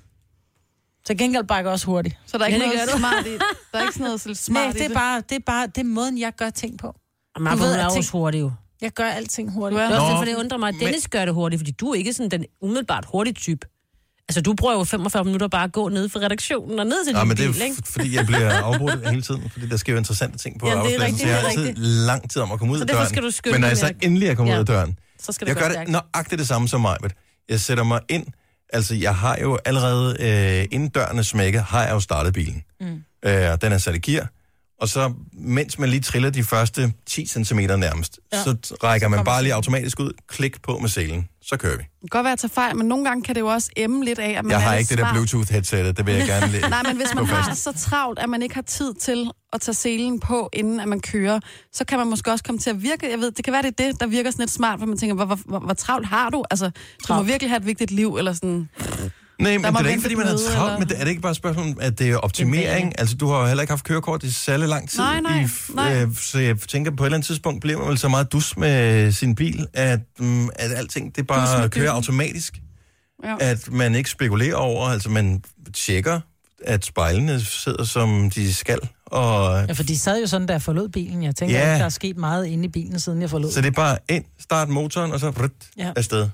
Så gengæld bakker også hurtigt. Så der er ikke noget smart i det? Der er ikke sådan noget smart i det? Nej, det er måden, jeg gør ting på. Du ved, er også hurtigt jo. Jeg gør alting hurtigt. Det er også for det undrer mig, at Dennis gør det hurtigt, fordi du er ikke sådan den umiddelbart hurtige type. Altså, du bruger jo 45 minutter bare at gå ned fra redaktionen og ned til din bil, ikke? Men det er fordi, jeg bliver afbrudt hele tiden, fordi der sker jo interessante ting på arbejdspladsen, så jeg har altid lang tid om at komme ud af døren. Skal du men når jeg så endelig er kommet ud af døren, så skal jeg gør det nøjagtigt det samme som mig. Jeg sætter mig ind, altså jeg har jo allerede inden døren er smækket, har jeg jo startet bilen. Den er sat i gear. Og så, mens man lige triller de første 10 cm nærmest, så rækker man bare lige automatisk ud, klik på med selen, så kører vi. Det kan godt være at tage fejl, men nogle gange kan det jo også emme lidt af, at man jeg har ikke det der Bluetooth-headset, det vil jeg gerne lige. Nej, men hvis man har så travlt, at man ikke har tid til at tage selen på, inden at man kører, så kan man måske også komme til at virke, jeg ved, det kan være, det er det, der virker sådan lidt smart, for man tænker, hvor travlt har du? Altså, du må virkelig have et vigtigt liv, eller sådan. Nej, men det er da ikke, fordi man er travlt, men er det ikke bare et spørgsmål om, at det er optimering? Altså, du har jo heller ikke haft kørekort i særlig lang tid. Nej. Så jeg tænker, på et eller andet tidspunkt bliver man vel så meget dus med sin bil, at alting, det bare kører automatisk. Ja. At man ikke spekulerer over, altså man tjekker, at spejlene sidder, som de skal. Og... Ja, for de sad jo sådan, da jeg forlod bilen. Jeg tænker, at der er sket meget inde i bilen, siden jeg forlod. Så det er bare ind, start motoren, og så afsted.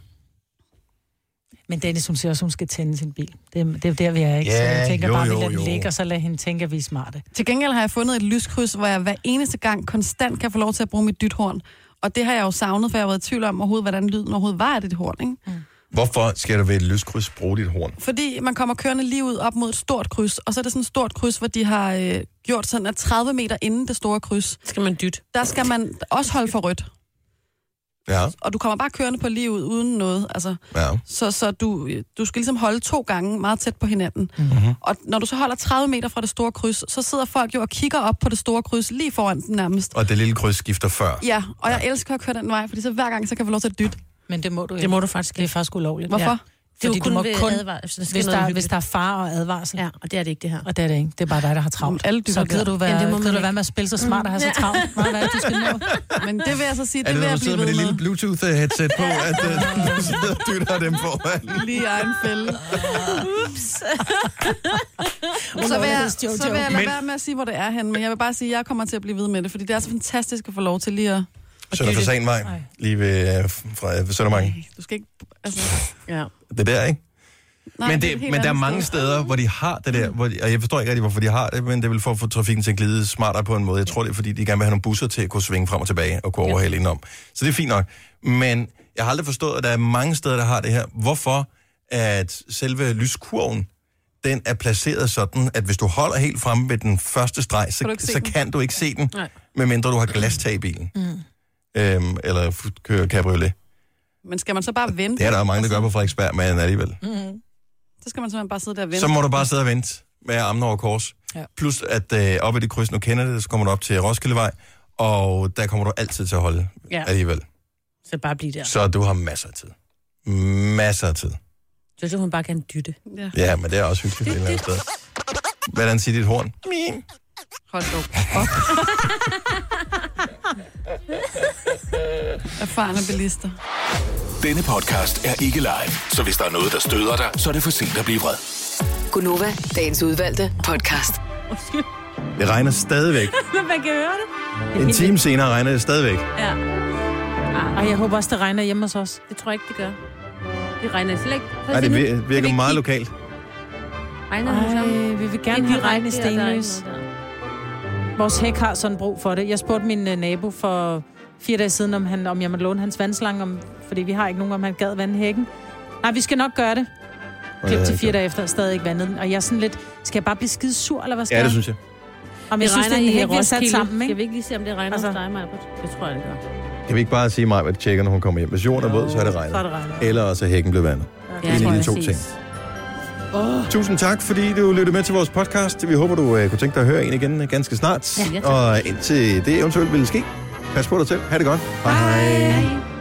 Men Dennis, hun siger også, hun skal tænde sin bil. Det er der, vi er, ikke? Så jeg tænker bare, at vi lader den ligge, og så lader hende tænke, at vi er smarte. Til gengæld har jeg fundet et lyskryds, hvor jeg hver eneste gang konstant kan få lov til at bruge mit dythorn. Og det har jeg jo savnet, for jeg har været i tvivl om, hvordan lyden overhovedet var af det horn, ikke? Hvorfor skal du ved et lyskryds bruge dit horn? Fordi man kommer kørende lige ud op mod et stort kryds, og så er det sådan et stort kryds, hvor de har gjort sådan, at 30 meter inden det store kryds, skal man dytte. Der skal man også holde for rødt. Ja. Og du kommer bare kørende på lige ud uden noget. Altså. Ja. Så du skal ligesom holde 2 gange meget tæt på hinanden. Mm-hmm. Og når du så holder 30 meter fra det store kryds, så sidder folk jo og kigger op på det store kryds lige foran den nærmest. Og det lille kryds skifter før. Ja, og jeg elsker at køre den vej, fordi så hver gang så kan jeg få lov til at dytte. Men det må du ikke. Det må du faktisk. Det er faktisk ulovligt. Hvorfor? Ja. Fordi det er du må kun, hvis der er fare og advarsel. Ja, og det er det ikke, det her. Og det er det ikke. Det er bare dig, der har travlt. Så gider du være med at spille så smart og have så travlt. Meget hvad du skal nå. Men det vil jeg så sige, det vil jeg blive ved med. Er det, når du sidder med det lille Bluetooth-headset på, at du sidder og dytter dem foran? Lige egen fælde. Ups. Så vil jeg lade være med at sige, hvor det er henne. Men jeg vil bare sige, at jeg kommer til at blive ved med det, fordi det er så fantastisk at få lov til lige at... Sønder Fasanvej, lige ved Søndermarken. Du skal ikke... Altså, ja. Det der, ikke? Nej, men der er mange steder, hvor de har det der, og jeg forstår ikke rigtig, hvorfor de har det, men det er vel for at få trafikken til at glide smartere på en måde. Jeg tror, det er, fordi de gerne vil have nogle busser til at kunne svinge frem og tilbage og kunne overhale indenom. Så det er fint nok. Men jeg har aldrig forstået, at der er mange steder, der har det her. Hvorfor at selve lyskurven, den er placeret sådan, at hvis du holder helt fremme ved den første streg, så kan du ikke se den, medmindre du har glastag i bilen. Eller kører cabriolet. Men skal man så bare vente? Det er der mange, der gør på Frederiksberg, men alligevel. Så skal man simpelthen bare sidde der og vente. Så må du bare sidde og vente med armene over kors. Ja. Plus at op i det kryds, nu kender det, så kommer du op til Roskildevej, og der kommer du altid til at holde alligevel. Så bare blive der. Så du har masser af tid. Masser af tid. Så hun bare kan dytte. Ja, men det er også hyggeligt et eller andet sted. Hvordan siger dit horn? Min. Hold da op. Erfarne bilister. Denne podcast er ikke live, så hvis der er noget, der støder dig, så er det for sent at blive vred. Gunova, dagens udvalgte podcast. Det regner stadigvæk. Man kan høre det. En time senere regner det stadigvæk. Ja. Og jeg håber også, det regner hjemme hos os. Det tror jeg ikke, det gør. Det regner slet ikke. Nej, det virker meget lokalt. Vi vil gerne have regn i Stenløs. Vores hæk har sådan brug for det. Jeg spurgte min nabo for 4 dage siden, om jeg måtte låne hans vandslange, fordi vi har ikke nogen, om han gad vande hækken. Nej, vi skal nok gøre det. Klip til 4 dage efter, stadig ikke vandet den. Og jeg er sådan lidt, skal jeg bare blive skide sur, eller hvad skal jeg? Ja, det synes jeg. Om jeg synes, det er en hæk, vi har sat sammen, ikke? Skal vi ikke lige se, om det regner hos dig, Maja? Det tror jeg, det gør. Kan vi ikke bare sige mig, hvad det tjekker, når hun kommer hjem? Hvis jorden er våd, så er det regnet. Eller også hækken blev vandet. Ja, en af de to ting. Tusind tak, fordi du lyttede med til vores podcast. Vi håber, du kunne tænke dig at høre en igen ganske snart. Og indtil det eventuelt ville ske, pas på dig selv. Ha' det godt. Hej.